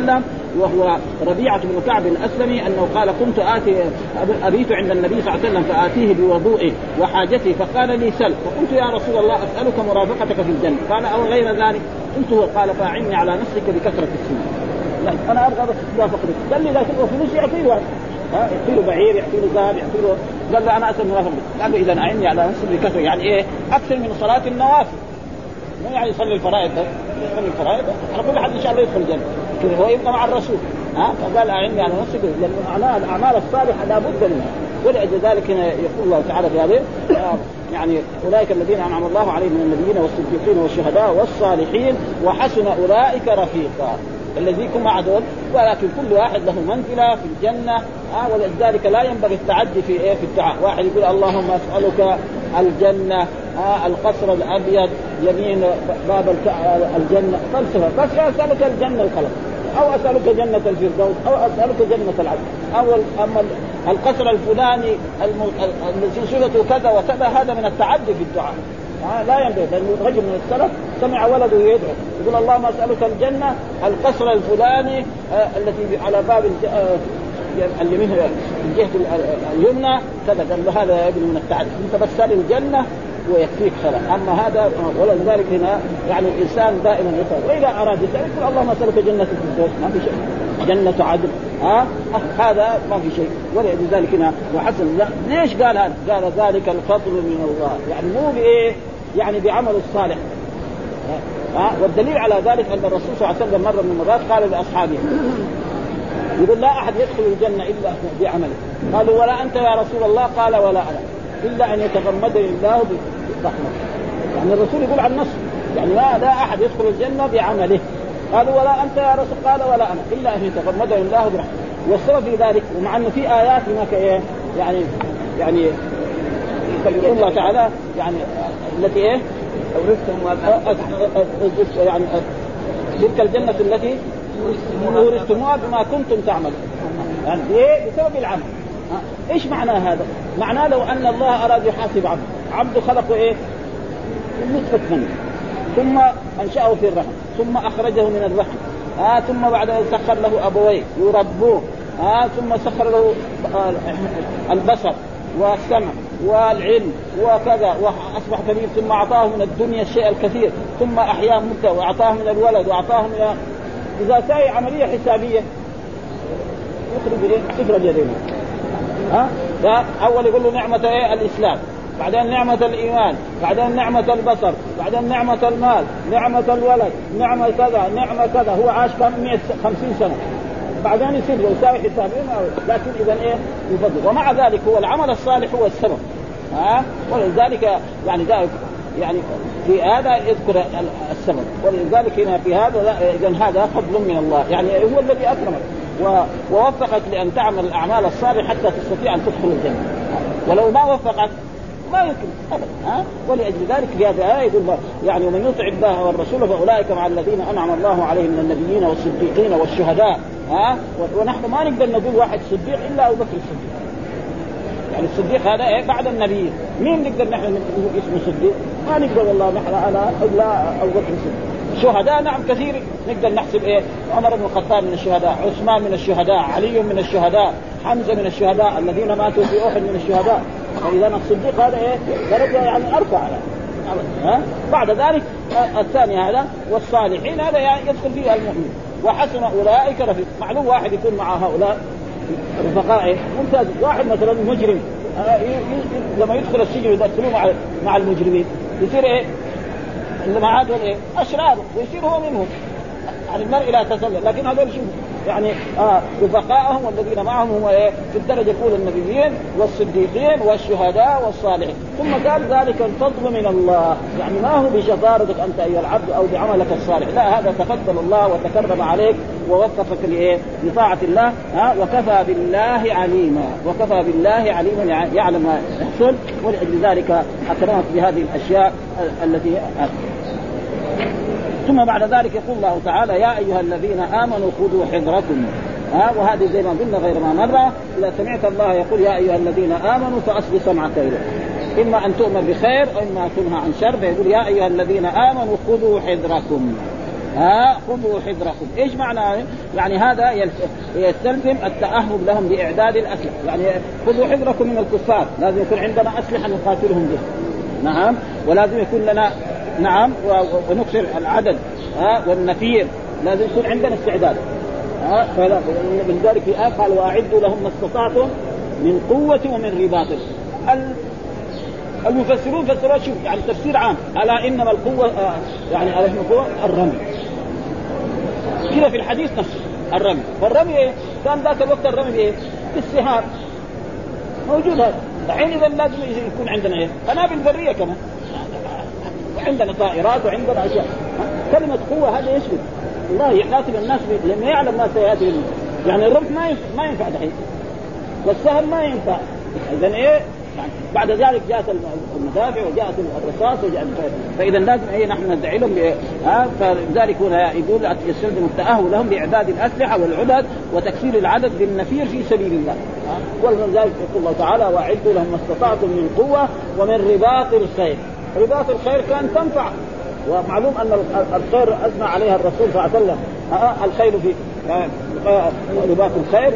وهو ربيعة بن كعب الأسلمي أنه قال كنت آتي أبيت عند النبي صلى الله عليه وسلم فآتيه بوضوئه وحاجته فقال لي سل، فقلت يا رسول الله أسألك مرافقتك في الجنة، قال أو غير ذلك؟ قلت هو، قال فأعني على نفسك بكثرة السنة. يعني أنا أبغى بس مرافقتك، قال لي لا تبغى فلوس يعطيه واحد، يعطي له بعير، يعطي له ذهب، يعطي له، قال له أنا أسأل مرافقتك، قال له إذا أعني على نفسك بكثرة، يعني إيه؟ أكثر من صلاة النوافل، مو يعني يصلي الفرائض، يصلي الفرائض على كل حد إن شاء الله يدخل الجنة كذا، هو يبقى مع الرسول، ها فقال أعني على نفسك، لأن معناها الأعمال الصالحة لا بد منها. ولأجل ذلك هنا يقول الله تعالى في هذه يعني أولئك الذين أنعم الله عليهم من النبيين والصديقين والشهداء والصالحين وحسن أولئك رفيقا، الذي يكون مع دول، ولكن كل واحد له منزلة في الجنة. آه ولذلك لا ينبغي التعدي في إيه في الدعاء، واحد يقول اللهم أسألك الجنة، آه القصر الأبيض يمين باب الجنة، فلسفة، بس أسألك الجنة الخلق، أو أسألك جنة الفردوس، أو أسألك جنة العدن، أو أما القصر الفلاني الذي صفته كذا وكذا، هذا من التعدي في الدعاء. آه لا ينبغي، لأن رجل من السلف سمع ولده يدعو يقول اللهم أسألك الجنة القصر الفلاني آه التي على باب آه اليمين الجهة اليمنى كذا، قال له هذا ابن من التعدي، أنت بس سأل الجنة ويكفيك خلاص. أما هذا ولذلك هنا يعني الإنسان دائما يسأل، وإذا أراد يسأل يقول اللهم أسألك جنة الفردوس، ما في شيء، جنة عدن، ها أه؟ هذا ما في شيء. ولذلك هنا وحسن، ليش قال هذا؟ قال ذلك الفضل من الله، يعني مو بإيه يعني بعمل الصالح، ها أه؟ والدليل على ذلك أن الرسول صلى الله عليه وسلم مرة من المرات قال لأصحابه يقول لا أحد يدخل الجنة إلا بعمله، قالوا ولا أنت يا رسول الله؟ قال ولا أنا، إلا أن يتغمدني الله برحمته. يعني الرسول يقول عن نفسه يعني لا, لا أحد يدخل الجنة بعمله. قالوا ولا أنت يا رسول؟ قال ولا أنا، إلا أن يتغمدني الله برحمته. والسبب في ذلك ومع أنه في آيات هناك إيه يعني يعني يقول الله تعالى يعني التي إيه يعني تلك الجنة التي أورثتموها بما كنتم تعملون، يعني إيه بسبب العمل. إيش معنى هذا؟ معناه لو أن الله أراد يحاسب عبد عبد خلقه إيه نطفة منه، ثم أنشأه في الرحم، ثم أخرجه من الرحم، آه ثم بعد ذلك سخر له أبويه يربوه، آه ثم سخر له البصر والسمع والعلم وكذا، وأصبح كبير، ثم أعطاه من الدنيا الشيء الكثير، ثم أحياه مدة وأعطاه من الولد وأعطاه من، إذا ساوي عملية حسابية يخرج إيه صفر اليدين. ها أه؟ أول يقول له نعمة إيه الإسلام، بعدين نعمة الإيمان، بعدين نعمة البصر، بعدين نعمة المال، نعمة الولد، نعمة كذا، نعمة كذا. هو عاش كم مئة وخمسين سنة، بعدين يصير يساوي حسابين، لكن إذا إيه يفضل. ومع ذلك هو العمل الصالح هو السبب. ها أه؟ ولذلك يعني ذلك يعني في هذا يذكر السبب، ولذلك هنا في هذا إذن هذا فضل من الله، يعني هو الذي أكرمك ووفقك لأن تعمل الأعمال الصالحة حتى تستطيع أن تدخل الجنة، ولو ما وفقك ما يمكن أبدا. ها ولأجل ذلك في هذه الآية يقول يعني ومن يطع الله والرسول فأولئك مع الذين أنعم الله عليهم من النبيين والصديقين والشهداء. ها ونحن ما نقدر نقول واحد صديق إلا أبو بكر الصديق، يعني الصديق هذا إيه بعد النبي، مين نقدر نحن نقول اسمه صديق؟ ما نقدر والله نحن أنا إلا أبو بكر الصديق. شهداء نعم كثير نقدر نحسب إيه عمر بن الخطاب من الشهداء، عثمان من الشهداء، علي من الشهداء، حمزة من الشهداء الذين ماتوا في أحد من الشهداء. فإذا الصديق هذا إيه درجة يعني أرفع على ها. بعد ذلك الثاني هذا والصالحين هذا يعني يدخل فيه المؤمن وحسن أولئك رفيق. معلوم واحد يكون مع هؤلاء رفقائه ممتاز. واحد مثلا مجرم لما يدخل السجن يدخلوه مع مع المجرمين يصير إيه اللي معاه دول إيه أشرار ويصير هو منهم. يعني المرء لا تسلل، لكن هذول شو يعني آه رفقائهم والذين معهم هم إيه في الدرجة الأولى النبيين والصديقين والشهداء والصالحين. ثم قال ذلك الفضل من الله، يعني ما هو بشطارتك أنت أيها العبد أو بعملك الصالح، لا هذا تفضل الله وتكرم عليك ووفقك لإيه لطاعة الله. ها وكفى بالله عليما، وكفى بالله عليما يعلم ما يحصل، ولأجل ذلك أكرمك بهذه الأشياء التي. ثم بعد ذلك يقول الله تعالى يا أيها الذين آمنوا خذوا حذركم. ها وهذه زي ما قلنا غير ما مرة، إذا سمعت الله يقول يا أيها الذين آمنوا فأصغ سمعك إليه، إما أن تؤمر بخير أو إما تنهى عن شر، فيقول يا أيها الذين آمنوا خذوا حذركم. ها خذوا حذركم. ايش معنى؟ يعني هذا يستلزم التأهب لهم بإعداد الأسلحة. يعني خذوا حذركم من الكفار، لازم يكون عندنا أسلحة نقاتلهم بها. نعم. ولازم يكون لنا نعم ونكسر العدد ها والنفير، لازم يكون عندنا استعداد. ها من ذلك في آية قال وأعدوا لهم ما استطعتم من قوة ومن رباط. المفسرون فسروا شوف يعني تفسير عام ألا إنما القوة آه يعني على القوة الرمي كذا في الحديث نفسه الرمي. والرمي إيه؟ كان ذاك الوقت الرمي إيه؟ بالسهام موجود هذا. الحين إذا لازم يكون عندنا إيه؟ قنابل برية كمان، وعندنا طائرات وعندنا أشياء. كلمة قوة هذا يشبه الله يحاسب الناس لما يعلم ما سيأتي. يعني الرمح ما ينفع ما ينفع دحين، والسهم ما ينفع. إذا إيه يعني بعد ذلك جاءت المدافع وجاءت الرصاص وجاءت. فإذا لازم إيه نحن ندعي لهم ها. فلذلك هنا يقول يستلزم التأهل لهم بإعداد الأسلحة والعدد وتكسير العدد بالنفير في سبيل الله. ولذلك يقول الله تعالى وأعدوا لهم ما استطعتم من قوة ومن رباط الخيل. رباط الخيل كان تنفع، ومعلوم أن الخير أثنى عليها الرسول صلى الله عليه وسلم. الخيل في رباط الخير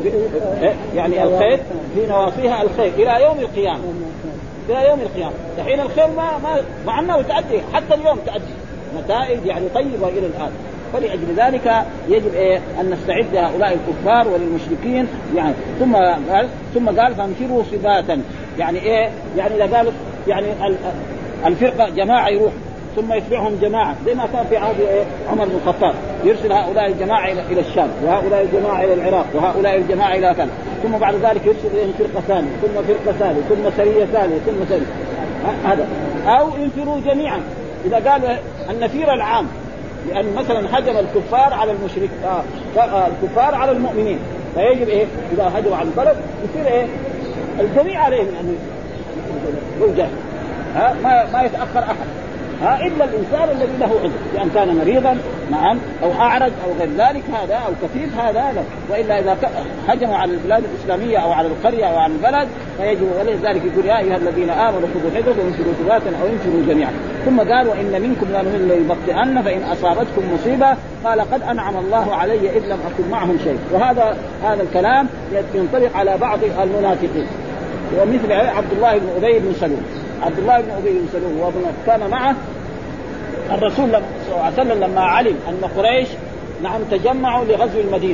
يعني الخير في نواصيها الخير إلى يوم القيامة. إلى يوم القيامة دحين الخير ما ما مع أنه تأدي حتى اليوم تأدي نتائج يعني طيبة إلى الآن. فلأجل ذلك يجب إيه أن نستعد لهؤلاء الكفار وللمشركين يعني. ثم قال ثم قال فانفروا صباتا. يعني إيه يعني إذا قالوا يعني الفرقة جماعة يروح ثم يتبعهم جماعة زي ما كان في عهد عمر بن الخطاب، يرسل هؤلاء الجماعة إلى الشام وهؤلاء الجماعة إلى العراق وهؤلاء الجماعة إلى كذا، ثم بعد ذلك يرسل إليهم فرقة ثانية ثم فرقة ثالثة ثم سرية ثانية ثم سرية هذا. أو ينفروا جميعا إذا قالوا النفير العام، لأن مثلا هجم الكفار على المشرك آه الكفار على المؤمنين، فيجب إيه إذا هجموا على البلد يصير إيه الجميع عليهم أن يوجه ها ما ما يتأخر أحد ها إلا الإنسان الذي له عذر بأن كان مريضا نعم أو أعرج أو غير ذلك هذا أو كفيف هذا لا. وإلا إذا هجموا على البلاد الإسلامية أو على القرية أو على البلد فيجب. ولذلك يقول يا أيها الذين آمنوا خذوا حذركم وانفروا ثباتا أو انفروا جميعا. ثم قال وإن منكم لمن ليبطئن فإن أصابتكم مصيبة قال قد أنعم الله علي إذ لم أكن معهم شيء. وهذا هذا الكلام ينطبق على بعض المنافقين ومثل عبد الله بن أبي بن سلول. عبد الله بن أبي بن سلول كان معه الرسول صلى الله عليه وسلم لما علم أن قريش نعم تجمعوا لغزو المدينة،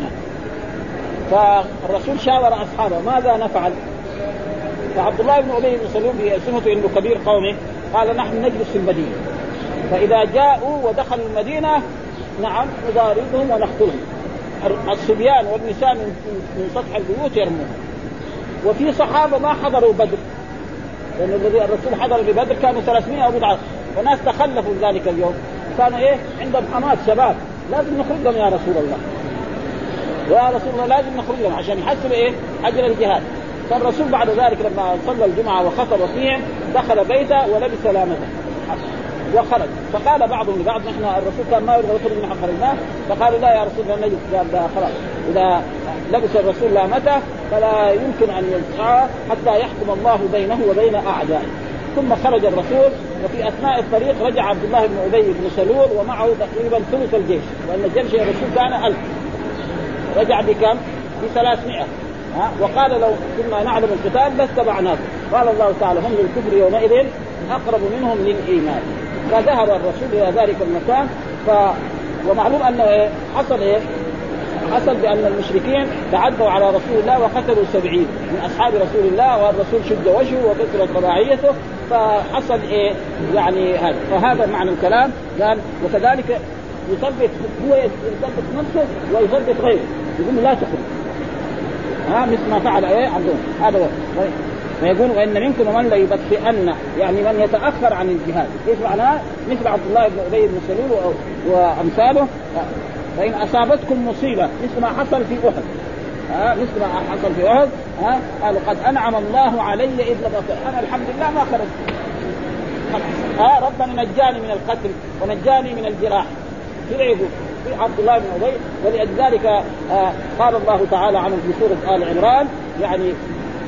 فالرسول شاور أصحابه ماذا نفعل. فعبد الله بن أبي بن سلول بصفته إنه كبير قومه قال نحن نجلس في المدينة، فإذا جاءوا ودخلوا المدينة نعم نضاربهم ونقتلهم. الصبيان والنساء من سطح البيوت يرمون. وفي صحابة ما حضروا بدر، لأن الذي الرسول حضر ببدر كانوا ثلاثمائة أو بضعة، وناس تخلفوا ذلك اليوم كانوا إيه عندهم حماس شباب لازم نخرجهم يا رسول الله يا رسول الله لازم نخرجهم عشان يحصلوا إيه أجر الجهاد. فالرسول بعد ذلك لما صلى الجمعة وخطب فيهم دخل بيته ولبس لامته وخرج. فقال بعضهم لبعض نحن الرسول كان ما يرغب يخرج من خرجناه، فقالوا لا يا رسول الله نجد قال خلاص إذا لبس الرسول لامته فلا يمكن أن ينزعها حتى يحكم الله بينه وبين أعدائه. ثم خرج الرسول، وفي أثناء الطريق رجع عبد الله بن أبي بن سلول ومعه تقريبا ثلث الجيش، وأن الجيش الرسول كان ألف، رجع بكم؟ بثلاثمائة. وقال لو كنا نعلم القتال لاتبعناكم. قال الله تعالى هم للكفر يومئذ أقرب منهم للإيمان. فذهب الرسول إلى ذلك المكان ف... ومعلوم أنه إيه؟ حصل إيه؟ حصل بأن المشركين تعدوا على رسول الله وقتلوا سبعين من أصحاب رسول الله، والرسول شد وجهه وكسرت رباعيته، فحصل إيه يعني هذا. فهذا معنى الكلام. قال وكذلك يثبت هو يثبت نفسه ويثبت غيره، يقول لا تخرج ها مثل ما فعل إيه عندهم. هذا هو. فيقول وإن منكم من لا يبطئن يعني من يتأخر عن الجهاد. إيش معناه؟ مثل عبد الله بن أبي بن سلول وأمثاله. فإن أصابتكم مصيبة مثل ما حصل في أحد ها مثل ما حصل في أحد ها قالوا قد أنعم الله علي إذ لم أطع أنا الحمد لله ما خرجت ها ربنا نجاني من القتل ونجاني من الجراح. كذا يقول في عبد الله بن أبي. ولذلك آه قال الله تعالى عنه في سورة آل عمران يعني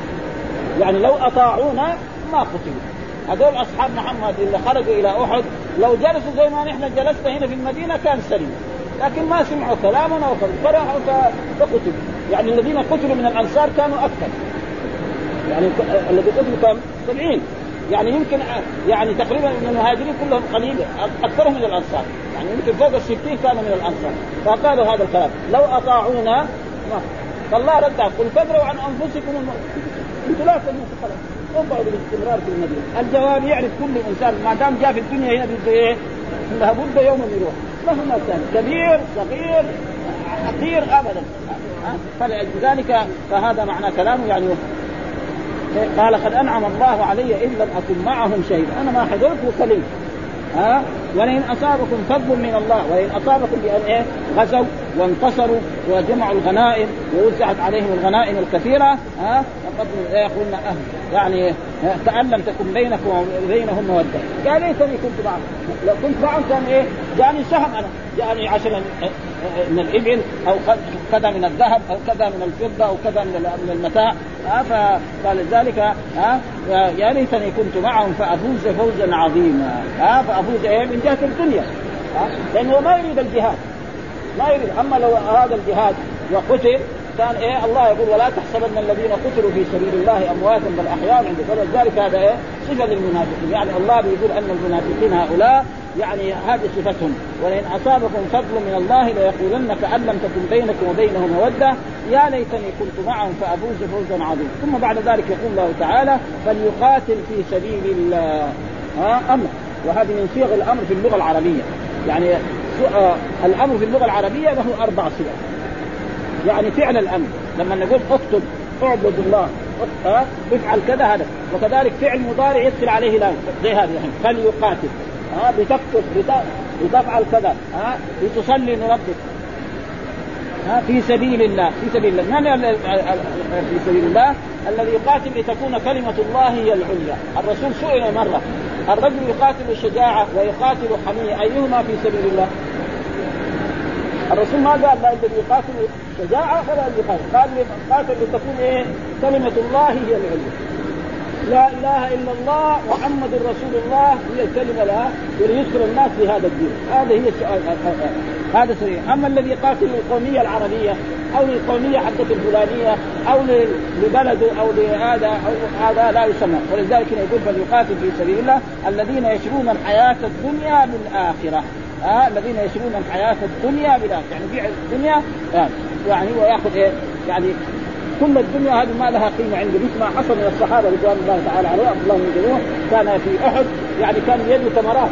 يعني لو أطاعونا ما قتلوا. هذول أصحاب محمد اللي خرجوا إلى أحد لو جلسوا زي ما نحن جلسنا هنا في المدينة كان سليم، لكن ما سمعوا كلامنا وفرحوا فقتلوا. يعني الذين قتلوا من الأنصار كانوا أكثر، يعني الذي قتلوا كان سبعين، يعني يمكن يعني تقريبا من المهاجرين كلهم قليل أكثرهم من الأنصار، يعني يمكن فوق الستين كانوا من الأنصار. فقالوا هذا الكلام لو أطاعونا فالله رد قل فادروا عن أنفسكم الموت، انتوا لا تموتوا خلاص انبعوا بالاستمرار في المدينة. الجواب يعرف كل إنسان ما دام جاء في الدنيا هنا بده إيه لابد يوم يروح مهما كان كبير صغير حقير أبدا. فلذلك فهذا معنى كلامه. يعني قال قد أنعم الله علي إن لم أكن معهم شيء، أنا ما حضرت وسليم. ها ولئن أصابكم فضل من الله، ولئن أصابكم بأن إيه غزوا وانتصروا وجمعوا الغنائم ووزعت عليهم الغنائم الكثيرة، ها فقد يقولون أهل يعني كأن لم تكن بينكم وبينهم مودة. قال ليتني كنت معهم، لو كنت معهم كان إيه جاني سهم أنا، جاني عشرة من الإبل أو كذا من الذهب أو كذا من الفضة أو كذا من المتاع. فقال ذلك ها يا ليتني كنت معهم فأفوز فوزا عظيما. ها فأفوز إيه من جهة الدنيا، لأنه ما يريد الجهاد ما يريد. أما لو أراد الجهاد وقتل كان إيه الله يقول ولا تحسبن الذين قتلوا في سبيل الله أمواتا بل أحياء عند الله. ذلك هذا إيه صفة للمنافقين، يعني الله بيقول أن المنافقين هؤلاء يعني هذه صفتهم. ولئن أصابكم فضل من الله ليقولن كأن لم تكن بينكم وبينهم مودة يا ليتني كنت معهم فأفوز فوزا عظيما. ثم بعد ذلك يقول الله تعالى فليقاتل في سبيل الله. ها أمر، وهذه من صيغ الأمر في اللغة العربية. يعني الأمر في اللغة العربية له أربع صيغ. يعني فعل الأمر لما نقول اكتب اعبد الله افعل كذا هذا، وكذلك فعل مضارع يدخل عليه لام زي هذا يعني فليقاتل ها بتكتب بتفعل كذا ها بتصلي لربك ها في سبيل الله. في سبيل الله من في سبيل الله الذي يقاتل لتكون كلمة الله هي العليا. الرسول سئل مرة الرجل يقاتل الشجاعة ويقاتل حمية أيهما في سبيل الله؟ الرسول ما قال لا الذي يقاتل شجاعة ولا الذي يقاتل، قال يقاتل لتكون إيه كلمة الله هي العليا. لا إله إلا الله محمد رسول الله هي الكلمة لها وليدخل الناس في هذا الدين. هذا هي السؤال هذا سريع. أما الذي يقاتل للقومية العربية أو للقومية حقة الفلانية أو لبلده أو لهذا أو هذا لا يسمى. ولذلك يقول فليقاتل في سبيل الله الذين يشرون الحياة الدنيا بالآخرة. آه الذين يشرون الحياة الدنيا بالآخرة، يعني بيع الدنيا يعني, يعني ويأخذ إيه يعني كل الدنيا هذه ما لها قيمة عنده. مثل ما حصل من الصحابة رضوان الله تعالى عليهم عبد الله بن جنوح كان في أحد يعني كان يده تمرات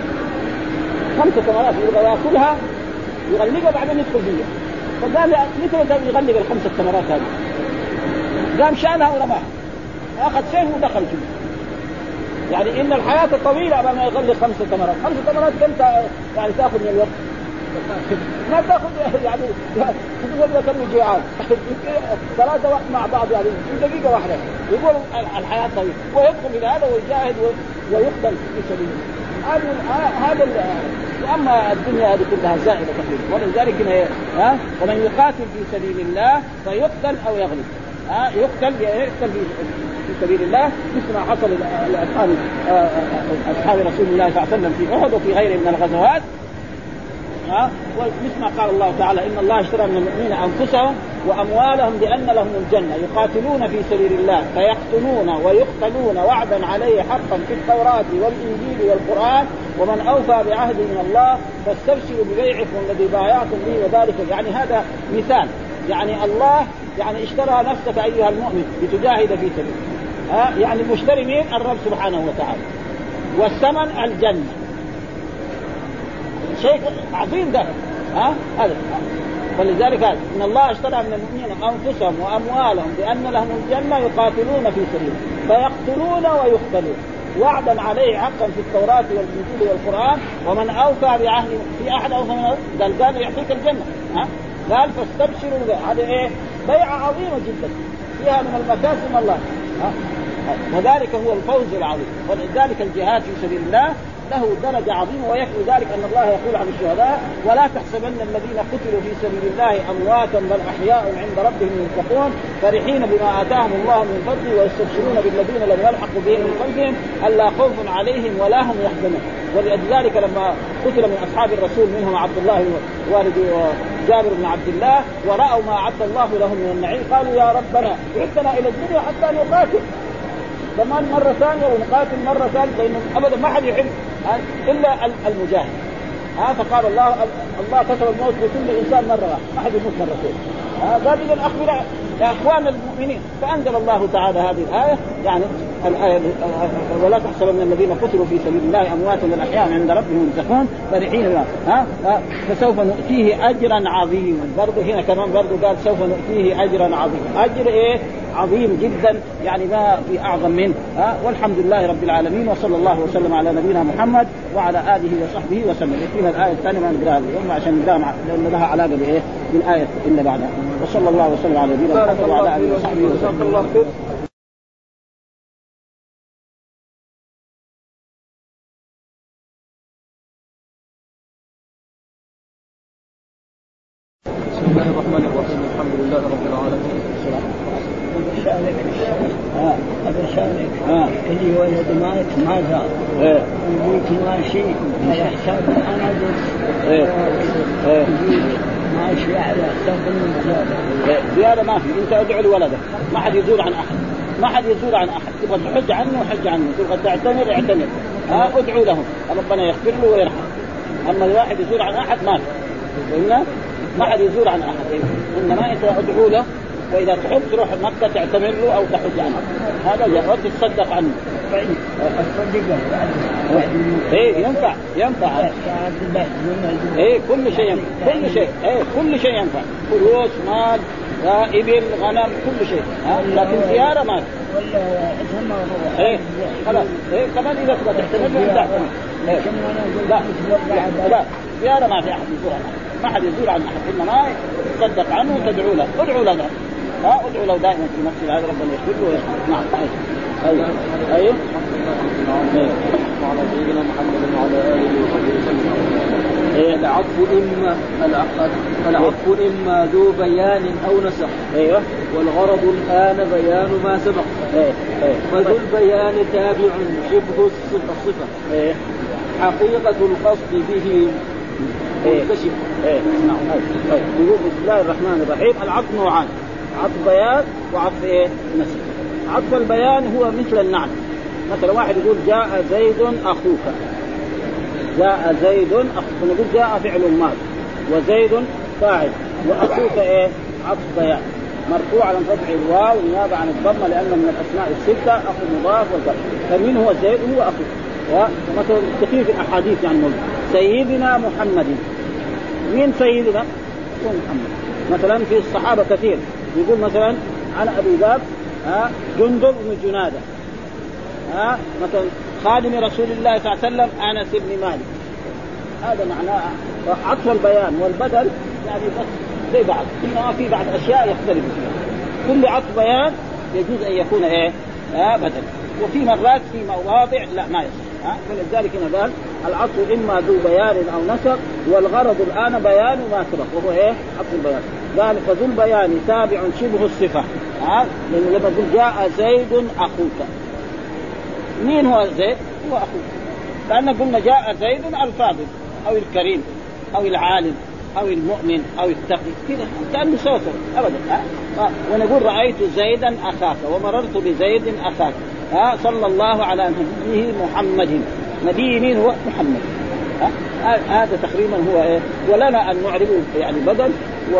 خمسة تمرات يبغى يأكلها يغلقها بعدين يدخل فيها، فقال مثل قام يغلق الخمسة تمرات هذه قام شالها ورماها أخذ سيف ودخل فيه. يعني إن الحياة طويلة قبل ما يغلق خمسة تمرات. خمسة تمرات كم يعني تأخذ من الوقت؟ ما تأخذ يعني تقول لك كم جيعان ثلاثة وقت مع بعض يعني في دقيقة واحدة. يقول الحياة طويلة ويدخل إلى هذا ويجاهد ويقتل في سبيل هذا هذا. وأما الدنيا هذه كلها زائلة تقريبا. ولذلك ها ومن يقاتل في سبيل الله فيقتل أو يغلب. ها يقتل يقتل في سبيل الله مثل ما حصل لأصحاب أصحاب رسول الله صلى الله عليه وسلم في أحد وفي غيره من الغزوات. ها ومثل ما قال الله تعالى إن الله اشترى من المؤمنين أنفسهم وأموالهم بأن لهم الجنة يقاتلون في سبيل الله فيقتلون ويقتلون وعدا عليه حقا في التوراة والإنجيل والقرآن ومن أوفى بعهده من الله فاستبشروا ببيعكم الذي بايعتم به وذلك. يعني هذا مثال، يعني الله يعني اشترى نفسك أيها المؤمن لتجاهد في سبيله. ها يعني المشتري مين؟ الرب سبحانه وتعالى، والثمن الجنة. شيء عظيم ده. ها هذا ولذلك قال إن الله اشترى من المؤمنين أنفسهم وأموالهم بأن لهم الجنة يقاتلون في سبيله فيقتلون ويقتلون وعدا عليه حقا في التوراة والإنجيل والقرآن ومن أوفى بعهده في أحد أوفى من قال قال يعطيك الجنة. ها قال فاستبشروا هذا إيه بيعة عظيمة جدا فيها من المكاسب الله. ها وذلك هو الفوز العظيم. ولذلك الجهاد في سبيل الله له درجة عظيمة. ويكفي ذلك أن الله يقول عن الشهداء ولا تحسبن الذين قتلوا في سبيل الله أمواتا بل أحياء عند ربهم يرزقون فرحين بما آتاهم الله من فضله ويستبشرون بالذين لم يلحقوا بهم من خلفهم ألا خوف عليهم ولا هم يحزنون. ولذلك لما قتل من أصحاب الرسول منهم عبد الله والد جابر بن عبد الله ورأوا ما أعد الله لهم من النعيم قالوا يا ربنا اعدنا إلى الدنيا حتى نقاتل كمان مرة ثانية ونقاتل مرة ثالثة لأنه أبدا ما حد يحب إلا المجاهد. ها فقال الله الله كتب الموت لكل إنسان مرة ما حد يموت مرتين. هذا من الأخبار يا أخوان المؤمنين. فأنزل الله تعالى هذه الآية يعني الآية ولا تحسبن الذين قتلوا في سبيل الله أمواتا بل أحياء عند ربهم يرزقون فرحين بما ها فسوف نؤتيه أجرا عظيما. برضه هنا كمان برضه قال سوف نؤتيه أجرا عظيما. أجر إيه عظيم جدا يعني ما في أعظم منه. ها والحمد لله رب العالمين وصلى الله وسلم على نبينا محمد وعلى آله وصحبه وسلم. يكفينا الآية الثانية ما نقراها اليوم عشان نقراها لأن لها علاقة بإيه بالآية اللي بعدها. وصلى الله وسلم على نبينا محمد وعلى آله وصحبه وسلم. بسم الله الرحمن الرحيم الحمد لله رب العالمين. هذا شارك اللي ولد مات ما زال وقلت ما شيء على حساب أنا جلس ماشي على حساب المزيادة زيادة ما في. أنت أدعو لولدك ما حد يزور عن أحد ما حد يزور عن أحد تبغى تحج عنه وحج عنه تبغى تعتمر اعتمر ها أدعو لهم ربنا يغفر له ويرحمه. أما الواحد يزور عن أحد ما في ما حد يزور عن أحد إنما أنت أدعو له. وإذا تحب تروح مكة تعتمر له أو تحج عنه هذا جهاد تصدق عنه. إيه ينفع ينفع إيه كل شيء ينفع كل شيء إيه كل شيء ينفع فلوس مال إبل غنم كل شيء ها لكن زيارة ما إيه خلاص إيه كمان إذا تبغى تعتمر له تعتمر إيه لا لا زيارة ما في أحد يزور عنه ما حد يزور عن أحد إنما تصدق عنه وتدعو له ادعو له ها ادعو له دائما في نفس هذا ربنا يغفر له ويرحمه. نعم ايوه ايوه وعلى سيدنا محمد وعلى اله وصحبه وسلم. العطف اما العطف اما ذو بيان او نسخ. ايوه والغرض الان بيان ما سبق. ايه فذو البيان تابع شبه الصفه. ايه حقيقه القصد به منكشف. ايه نعم. يقول بسم الله الرحمن الرحيم. العطف نوعان عطف بيان وعطف ايه نسخ. عطف البيان هو مثل النعت. مثلا واحد يقول جاء زيد اخوك جاء زيد اخوك نقول جاء فعل ماض وزيد فاعل واخوك ايه عطف بيان مرفوع على رفع الواو نيابه عن الضمه لانه من الاسماء السته اخو مضاف والجر. فمن هو زيد هو اخوك. ومثلا كثير في الاحاديث يعني موجود سيدنا محمد. مين سيدنا هو محمد. مثلا في الصحابه كثير يقول مثلا عن ابي ذر ها جندب بن جناده ها مثلا خادم رسول الله صلى الله عليه وسلم انس بن مالك. هذا معناه عطف البيان والبدل يعني بس زي بعض انما في بعض اشياء يختلف فيها. كل عطف بيان يجوز ان يكون ايه ها بدل. وفي مرات في مواضع لا ما يصح. ها فلذلك هنا قال العطف اما ذو بيان او نسق والغرض الان بيان ما سبق وهو ايه عطف البيان. قال فذو البيان تابع شبه الصفه. ها لأن لما يقول جاء زيد اخوك مين هو زيد هو اخوك. لأن قلنا جاء زيد الفاضل او الكريم او العالم او المؤمن او التقي كذا كأنه سوسو ابدا. ها ونقول رايت زيدا اخاك ومررت بزيد اخاك. ها صلى الله على نبيه محمد. نبي مين هو محمد. هذا تقريبا هو ايه. ولنا ان نعربه يعني بدل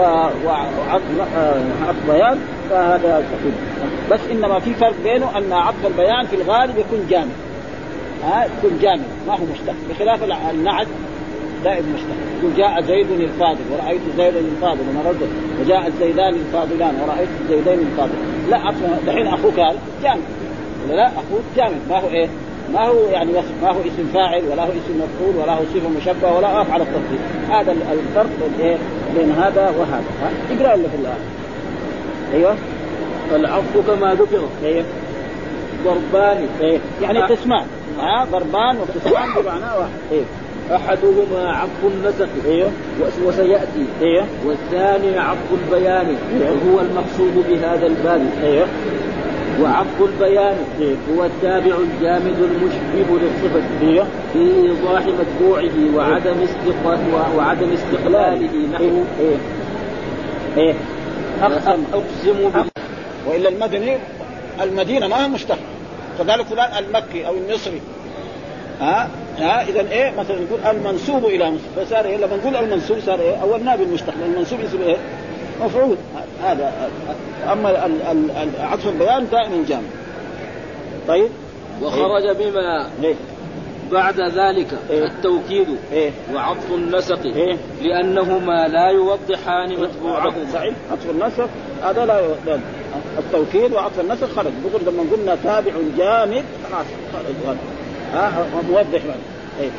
وعطف بيان فهذا تقريبا. بس انما في فرق بينه ان عطف البيان في الغالب يكون جامد. ها يكون جامد ما هو مشتق بخلاف النعت دائما مشتق. يقول جاء زيد الفاضل ورأيت زيدا الفاضل ومررت وجاء الزيدان الفاضلان ورأيت الزيدين الفاضل. لا عطف دحين اخوك هذا جامد ولا لا اخوك جامد ما هو ايه ما هو يعني ما هو اسم فاعل ولا هو اسم مفعول ولا هو صفه مشبهه ولا افعل التفضيل. هذا الفرق بين بين هذا وهذا. اقرا اللي في الآية. ايوه العطف كما ذكر ايوه ضربان ايوه يعني قسمان ها ضربان واختصام بمعنى واحد. إيه؟ أحدهما عطف النسق إيه؟ وسيأتي إيه؟ والثاني عطف البيان إيه؟ وهو المقصود بهذا الباب. إيه؟ وعطف البيان إيه؟ هو التابع الجامد المشبه للصفة إيه؟ في إيضاح متبوعه وعدم استقلال وعدم استقلاله نحو إيه؟ إيه؟ أقسم أقسم بالله. وإلا المدني المدينة ما هي مشتق، كذلك فلان المكي أو المصري. ها ها إذا إيه مثلا نقول المنسوب إلى مصر، فصار إيه لما نقول المنسوب صار إيه أول نائب المشتق، المنسوب اسمه إيه مفعول. هذا أما عطف البيان دائما جامع. طيب وخرج بما إيه؟ بعد ذلك إيه؟ التوكيد إيه؟ وعطف النسق إيه؟ لأنهما لا يوضحان متبوعهما. صحيح. عطف النسق هذا لا يوضح. التوكيد وعطف النسق خرج. بقول لما قلنا تابع جامد خلاص خرج ها موضح يعني. إيه؟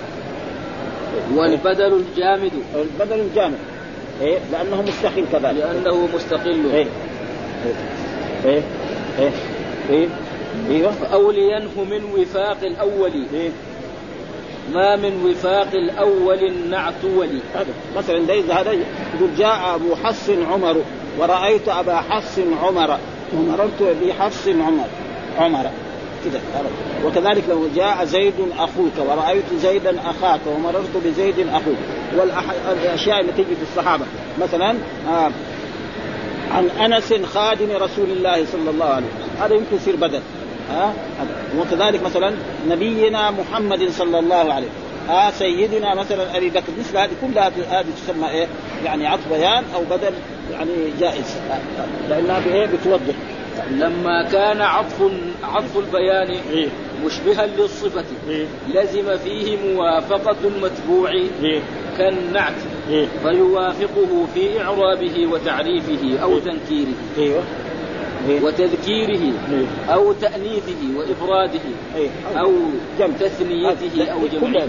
والبدل الجامد البدل الجامد إيه؟ لأنه مستقل كذلك، لأنه مستقل. إيه؟ إيه؟ إيه؟ إيه؟ إيه؟ أو لينه من وفاق الأول. إيه؟ ما من وفاق الأول النعت ولي. هذا مثلا ده هذا يقول جاء أبو حفص عمر ورأيت أبا حفص عمر ومررت بحفص عمر عمر كده. وكذلك لو جاء زيد أخوك ورأيت زيدا أخاك ومررت بزيد أخوك. والأشياء اللي تجي في الصحابة مثلا آه عن أنس خادم رسول الله صلى الله عليه وسلم، هذا يمكن يصير بدل. ها وكذلك مثلا نبينا محمد صلى الله عليه وسلم، ها سيدنا مثلا أبي بكر، مثل هذه كلها هذه تسمى إيه يعني عطف بيان أو بدل يعني جائز، لأنها بإيه بتوضح. لما كان عطف عطف البيان إيه؟ مشبها للصفة إيه؟ لزم فيه موافقة المتبوع إيه؟ كالنعت، إيه؟ فيوافقه في إعرابه وتعريفه أو تنكيره. إيه؟ إيه؟ وتذكيره إيه؟ أو تأنيثه وإفراده إيه؟ أو جمع. تثنيته أو جمعه.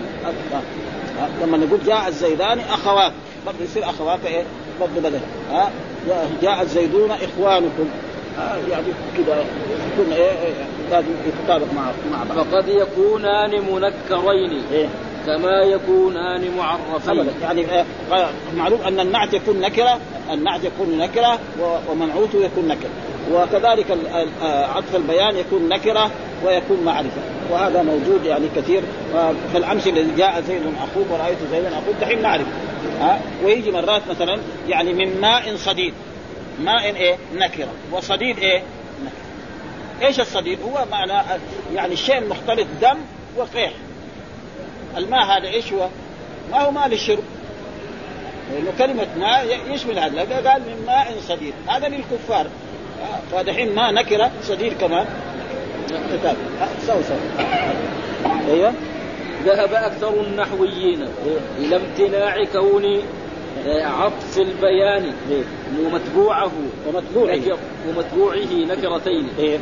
لما نقول جاء الزيدان أخوات برضه يصير أخوات إيه برضه بدل. ها جاء الزيدون إخوانكم، يعني كده يكون إيه لازم يتطابق مع مع بعض. فقد يكونان منكرين إيه؟ كما يكونان معرفين. يعني معلوم أن النعت يكون نكرة، النعت يكون نكرة ومنعوته يكون نكرة، وكذلك عطف البيان يكون نكرة ويكون معرفة، وهذا موجود يعني كثير. فالأمثلة الذي جاء زيد أخوك ورأيت زيدا أخوك دحين معرفة. ها ويجي مرات مثلا يعني من ماء صديد، ماء إيه نكرة وصديد إيه نكرة. إيش الصديد؟ هو معنى يعني الشيء المختلط دم وقيح. الماء هذا إيش هو؟ ما هو ماء للشرب، لأنه كلمة ماء يشمل هذا. قال من ماء صديد، هذا للكفار. فدحين ماء نكرة صديد كمان كتاب سو سو. أيوة. ذهب أكثر النحويين إلى امتناع كون عطف البيان ومتبوعه ومتبوعه ومتبوعه نكرتين. إيه؟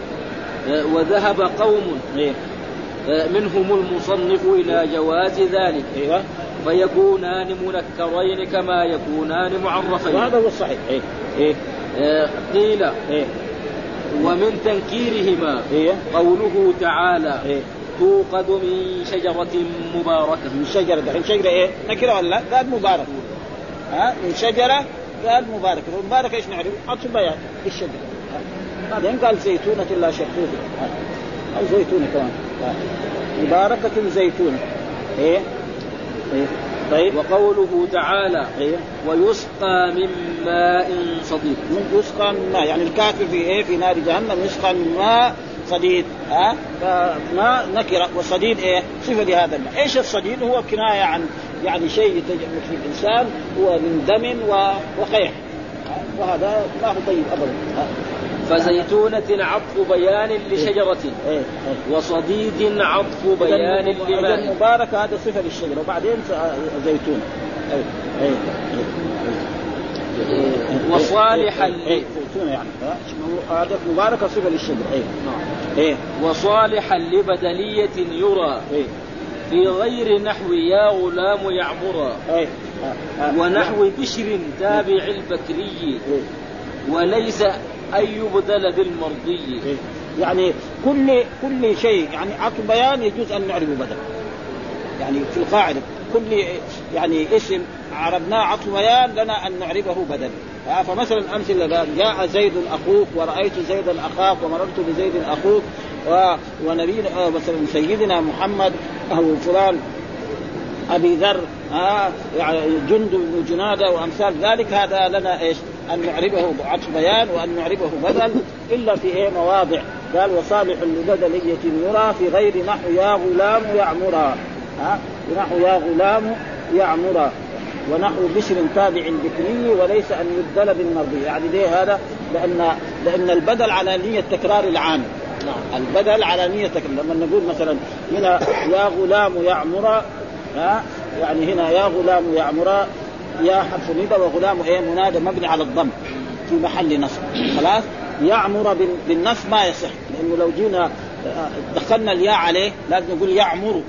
وذهب قوم إيه؟ منهم المصنف إلى جواز ذلك. إيه؟ فيكونان منكرين كما يكونان معرفين. وهذا هو الصحيح. إيه؟ إيه؟ قيل إيه؟ ومن تنكيرهما إيه؟ قوله تعالى إيه؟ توقد من شجرة مباركة. من شجرة، دحين شجرة إيه نكرة ولا لا؟ قال مبارك. ها من شجرة قال مبارك. المبارك إيش نعرف؟ عطف بيان للشجرة. بعدين قال زيتونة لا شقوق أو زيتونة كمان مباركة زيتونة. إيه؟ إيه؟ طيب. وقوله تعالى إيه؟ ويسقى من ماء صديد. من يسقى من ماء يعني الكافر في إيه في نار جهنم يسقى من ماء صديد. ها فماء نكرة وصديد إيه صفة لهذا الماء. إيش الصديد؟ هو كناية عن يعني شيء يتجمع في الإنسان هو من دم وقيح، وهذا ما هو طيب أبدا. فزيتونة عطف بيان لشجرة إيه؟ إيه؟ وصديد عطف بيان لماء. مبارك هذا صفة للشجرة وبعدين زيتون. إيه؟ إيه؟ إيه؟ وصالحا إيه؟ زيتون يعني هذا مبارك صفة للشجرة. إيه؟ إيه؟ وصالحا لبدلية يرى إيه؟ في غير نحو يا غلام يعبرا. إيه؟ ونحو بشر تابع البكري وليس أن يبدل بالمرضي. يعني كل كل شيء يعني عطف بيان يجوز أن نعربه بدل. يعني في القاعدة كل يعني اسم عربناه عطف بيان لنا أن نعربه بدل. فمثلا أمثلة قال جاء زيد أخوك ورأيت زيدا أخاك ومررت بزيد أخوك ونبينا مثلا سيدنا محمد أو فلان أبي ذر آه يعني جند بن جنادة وأمثال ذلك. هذا لنا إيش أن نعربه عطف بيان وأن نعربه بدل إلا في إيه مواضع. قال وصالح لبدلية يرى في غير نحو يا غلام يعمرا ها نحو يا غلام يعمرا ونحو بشر تابع بكري وليس أن يبدل بالمرضي. يعني ليه هذا؟ لأن لأن البدل على نية تكرار العام. البدل على نية تكرار. لما نقول مثلا هنا يا غلام يعمرا ها يعني هنا يا غلام يعمرا يا حرف ندى وغلام ايه منادى مبني على الضم في محل نصب. خلاص يعمر بالنصب ما يصح لانه لو جينا دخلنا الياء عليه لازم نقول يعمر.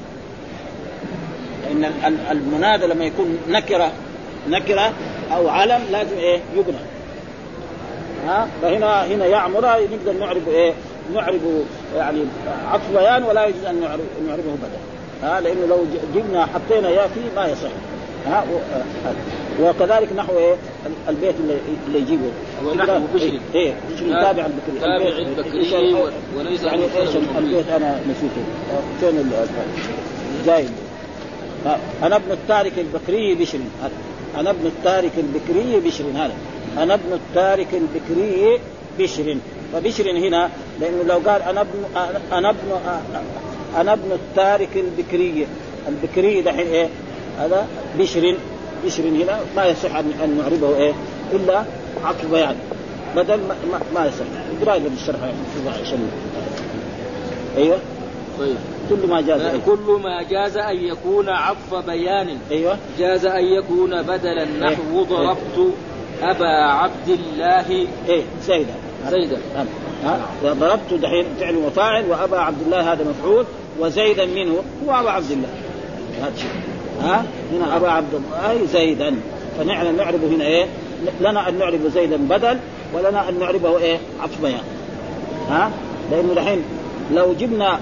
لان المنادى لما يكون نكره نكره او علم لازم ايه يبنى. ها فهنا هنا يعمر نقدر نعرب ايه نعرب يعني عطف بيان ولا يجوز ان نعربه بدل. ها لانه لو جبنا حطينا يا فيه ما يصح. ها وكذلك نحو ايه البيت اللي, اللي يجيبه ونحو بشري ايه بشري تابع البكري تابع البكري وليس يعني ايش البيت انا نسيته فين جاي. انا ابن التارك البكري بشر. انا ابن التارك البكري بشر. هذا انا ابن التارك البكري بشر. فبشر هنا لانه لو قال انا ابن انا ابن أنا ابن التارك البكري البكري دحين إيه هذا بشر. بشر هنا ما يصح أن نعربه إيه إلا عطف بيان بدل ما, ما, ما يصح. إقرأ لنا الشرح عشان أيوة طيب. كل ما جاز أيه. كل ما جاز أن يكون عطف بيان أيوة جاز أن يكون بدلا نحو إيه؟ ضربت إيه؟ أبا عبد الله إيه زيدا زيدا ها ضربت دحين فعل وفاعل وأبا عبد الله هذا مفعول وزيدا منه هو أبا عبد الله. هذا شيء ها هنا أبا عبد الله زيدا. فنحن نعرب هنا إيه لنا أن نعرب زيدا بدل ولنا أن نعربه إيه عطف بيان. ها لأنه دحين لو جبنا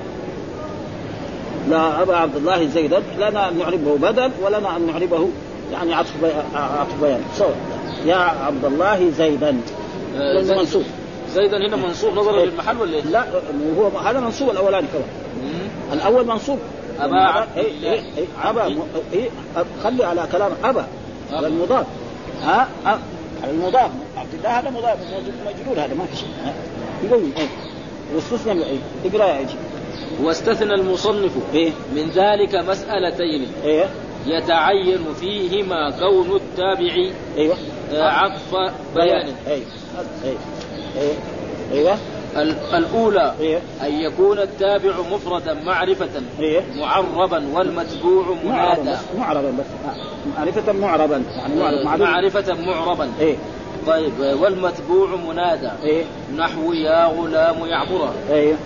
لا أبا عبد الله زيدا لنا أن نعربه بدل ولنا أن نعربه يعني عطف بيان عطف بيان صوت يا عبد الله زيدا آه زيد منصوب. زيدا هنا منصوب نظرا إيه؟ للمحل ولا إيه؟ لا هو هذا منصوب الأولاني كمان. الأول منصوب أبا عبد إيه إيه إيه أبا إيه خلي على كلام أبا على المضاف. ها على المضاف عبد الله هذا مضاف مجرور هذا ما في شيء. يقول إيه واستثنى إيه اقرأ يا إيجي. واستثنى المصنف إيه؟ من ذلك مسألتين إيه؟ يتعين فيهما كون التابع أيوة عطف بيان. أيوة أيوة أيوة أيوة الأولى إيه؟ أن يكون التابع مفردا معرفة إيه؟ معربا والمتبوع منادى. معربا بس معرفة معربا يعني معرب معرفة معربا. إيه؟ طيب والمتبوع منادى. إيه؟ نحو يا غلام يعمر. إيه؟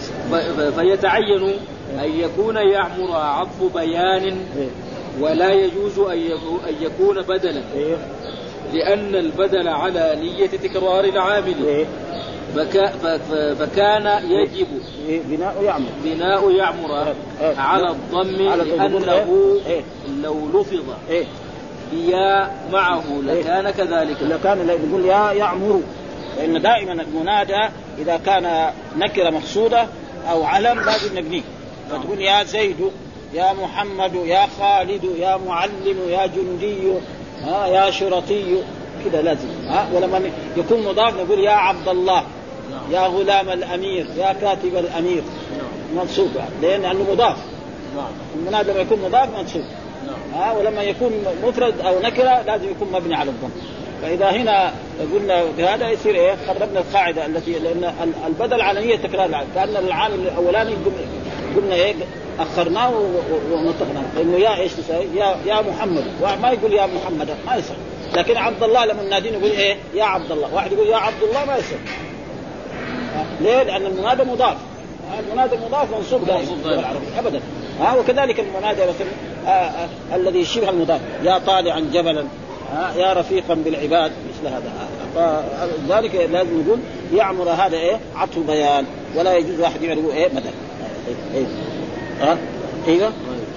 فيتعين أن يكون يعمر عطف بيان إيه؟ ولا يجوز أن يكون بدلا. إيه؟ لأن البدل على نية تكرار العامل. إيه؟ فك... فكان يجب إيه؟ بناء يعمر بناء يعمر إيه؟ على الضم على لأنه إيه؟ لو لفظ إيه؟ بيا معه لكان إيه؟ كذلك. لكان يقول يا يعمر لأن دائما المنادى إذا كان نكرة مقصودة أو علم لازم نبنيه. فتقول يا زيد يا محمد يا خالد يا معلم يا جندي ها يا شرطي كده لازم. ها ولما يكون مضاف نقول يا عبد الله يا غلام الأمير يا كاتب الأمير منصوب لأن أنه مضاف. المنادى لما يكون مضاف منصوب. ها ولما يكون مفرد أو نكرة لازم يكون مبني على الضم. فإذا هنا قلنا بهذا يصير إيه قربنا القاعدة التي لأن البدل على نية تكرار العامل كأن العامل الأولاني قلنا إيه أخرناه ونطقناه لأنه يا إيش تسوي يا يا محمد وما يقول يا محمد ما يصير. لكن عبد الله لما النادين يقول إيه يا عبد الله واحد يقول يا عبد الله ما يصير. ليه؟ لأن المنادى مضاف. المنادى مضاف منصوب دائما أبدا. ها وكذلك المنادى مثلا آه آه الذي شبه المضاف يا طالعا جبلا يا رفيقا بالعباد مثل هذا. فذلك لازم نقول يعمر هذا إيه عطف بيان، ولا يجوز واحد يعرفه إيه بدل. إيه ها إيه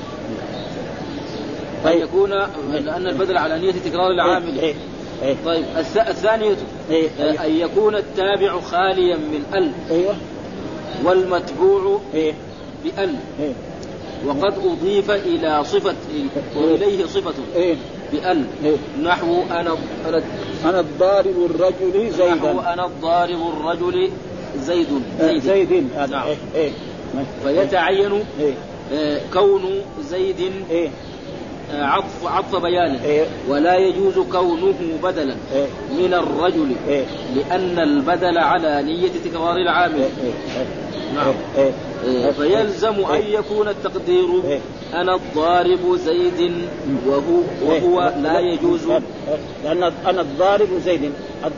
طيب يكون لأن البدل على نية تكرار العامل. إيه إيه طيب الثانية إيه أن يكون التابع خاليا من ال أيوة والمتبوع إيه بأل إيه وقد أضيف إلى صفة وإليه صفة إيه بأل إيه نحو أنا أنا أنا الضارب الرجل زيدا، نحو أنا الضارب الرجل زيد زيد, زيد. نعم. إيه إيه فيتعين إيه آه كون زيد إيه آه عطف عطف بيانه إيه ولا يجوز كونه بدلا إيه من الرجل إيه لأن البدل على نية تكرار العامل. إيه إيه نعم. إيه إيه فيلزم أن يكون التقدير إيه أنا الضارب زيد وهو, وهو لا يجوز، لأن أنا الضارب زيد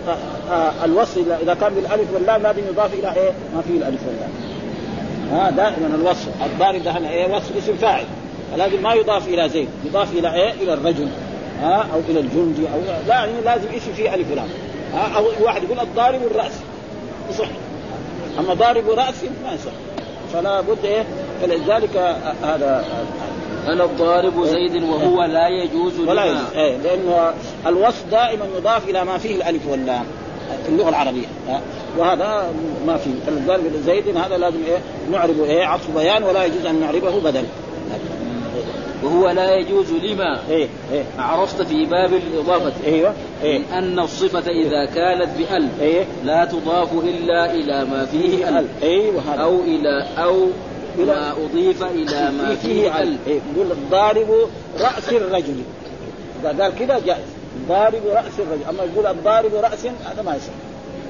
الوصف إذا كان بالألف واللام لازم يضاف إلى إيه ما فيه الألف واللام. ها دائما الوصف الضارب ده هنا إيه وصف اسم فاعل، لازم ما يضاف إلى زيد، يضاف إلى إيه إلى الرجل ها أو إلى الجندي أو لا، يعني لازم اسم فيه ألف ولام. ها أو واحد يقول الضارب الرأس يصح، أما ضارب رأس ما يصح، فلا بد إيه فلذلك هذا أنا الضارب زيد وهو لا يجوز ولا لما إيه لأنه الوصف دائما يضاف إلى ما فيه الألف واللام في اللغة العربية، وهذا ما فيه. فلذلك زيد هذا لازم إيه نعربه إيه عطف بيان ولا يجوز أن نعربه بدل. وهو لا يجوز لما إيه إيه عرفت في باب الإضافة أيوة إيه من أن الصفة إذا كانت بأل إيه لا تضاف إلا إلى ما فيه أل أيوة أو إلى أو ما أضيف إلى ما فيه أل. إيه يقول الضارب رأس الرجل، إذا قال كذا جائز ضارب رأس الرجل، أما يقول الضارب رأس هذا ما يصح،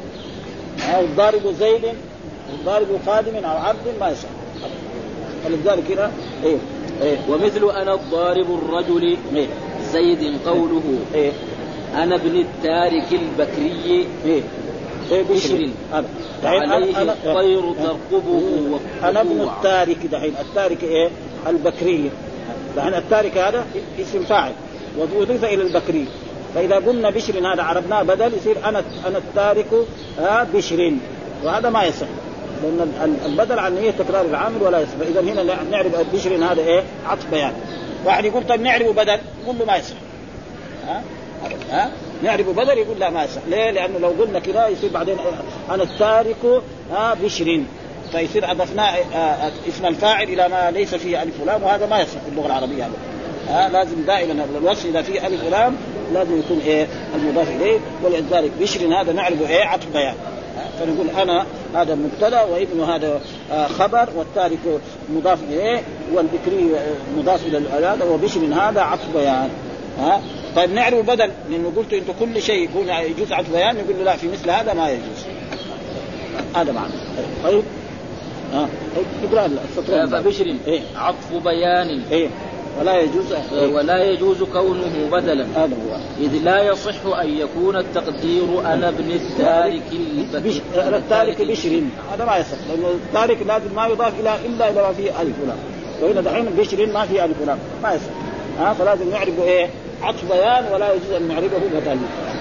أو الضارب زيد الضارب خادم أو عبد ما يصح. فلذلك كذا إيه إيه ومثل أنا الضارب الرجل إيه زيد قوله إيه أنا ابن التارك البكري إيه إيه بشر عليه الطير ترقبه. أنا ابن التارك دحين التارك إيه البكري، دحين التارك هذا اسم فاعل وضيف إلى البكري، فإذا قلنا بشر هذا عربناه بدل يصير أنا أنا التارك ها بشر، وهذا ما يصح لأن البدل عن نية تكرار العامل ولا يصح. إذا هنا نعرف بشر هذا إيه عطف بيان. واحد يقول طيب نعرف بدل يقول له ما يصح، ها ها نعرف بدل يقول لا ما يصح. ليه؟ لأنه لو قلنا كذا يصير بعدين أنا التارك ها بشر، فيصير أضفنا اسم الفاعل إلى ما ليس فيه ألف ولام، وهذا ما يصح في اللغة العربية. ها لازم دائما الوصف إذا فيه ألف ولام لازم يكون إيه المضاف إليه، ولذلك بشر هذا نعرف إيه عطف بيان، فنقول أنا هذا مبتدأ وابن هذا خبر والتارك مضاف إليه والبكري مضاف إلى هذا وبشر هذا عطف بيان. ها طيب نعرف بدل، لأنه قلت أنت كل شيء يكون يجوز عطف بيان، يقول له لا في مثل هذا ما يجوز، هذا معنى. طيب ها اقرأ السطر. فبشر إيه؟ عطف بيان إيه ولا يجوز إيه؟ ولا يجوز كونه بدلا، هذا هو إذ لا يصح أن يكون التقدير أنا ابن التارك بش... التارك بشر، هذا ما يصح لأنه التارك لازم ما يضاف إلى إلا إلى ما فيه ألف ولام، وهنا دحين بشر ما فيه ألف ولام ما يصح. ها فلازم نعرفه إيه عطف بيان ولا يجوز أن نعرفه بدل.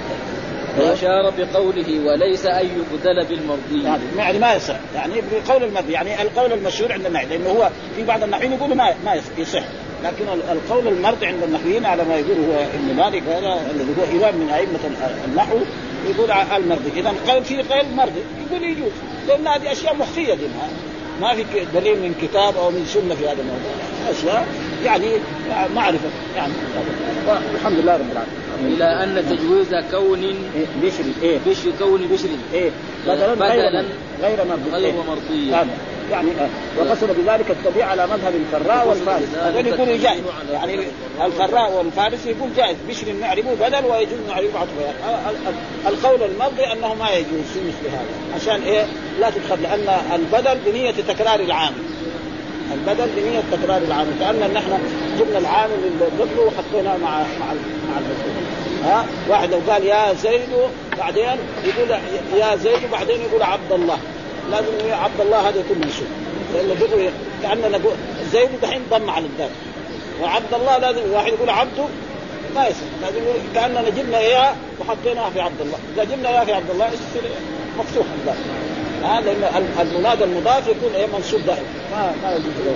وأشار بقوله وليس أن يبدل بالمرضي، يعني ما يصح، يعني بقول المرضي، يعني القول المشهور عند النحو، لأنه هو في بعض النحويين يقولوا ما ما يصح، لكن القول المرضي عند النحويين على ما يقول هو ابن مالك هذا الذي هو إمام من أئمة النحو يقول المرضي. إذا قال في قول مرضي يقول يجوز، لأن هذه أشياء محصية دينها، ما في دليل من كتاب أو من سنة في هذا الموضوع، أشياء يعني معرفة يعني. والحمد لله رب العالمين. إلى أن تجويز كون بشر إيه بشر كون بشر إيه بدلا بدلا غير مرضي غير مرضي هذا يعني آه. وقصد بذلك التبيع على مذهب الفراء والفارس، هذول يقولوا جائز، يعني الفراء والفارس يقول جائز بشر نعرفه بدل ويجوز نعرفه عطف بيان. القول المرضي أنه ما يجوز في مثل هذا، عشان إيه لا تدخل، لأن البدل بنية تكرار العامل، البدل بنية تكرار العامل، كأن نحن جبنا العامل الضبط وحطيناه مع مع مع المسؤول. ها واحد لو قال يا زيد بعدين يقول يا زيد بعدين يقول عبد الله، لازم عبد الله هذا يكون منصوب، لأنه بيقول كأننا نقول زيد دحين ضم على الدال، وعبد الله لازم واحد يقول عبده ما يصير، لازم كأننا جبنا إياه وحطيناه في عبد الله. إذا جبنا إياه في عبد الله يصير مفتوح الباب. ها لأن المنادى المضاف يكون إيه منصوب دائما ما ما يجوز له.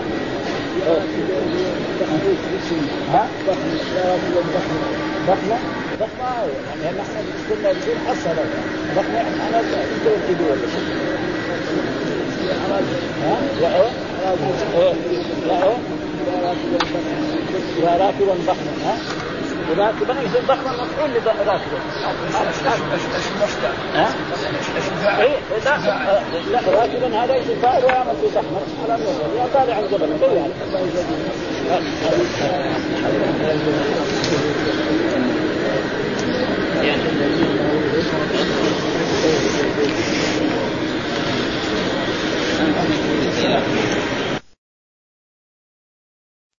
ها ضخمة ضخمة يعني نحن كنا نقول حصلة ضخمة أنا أقول كده ولا شيء. ها يا إيه يا إيه يا راكبا ضخما. ها راكبا يصير ضخما مفعول لراكبا. ها إيه لا لا راكبا هذا يصير فاعل ويعمل في ضخما على الوضع يا طالع الجبل كله يعني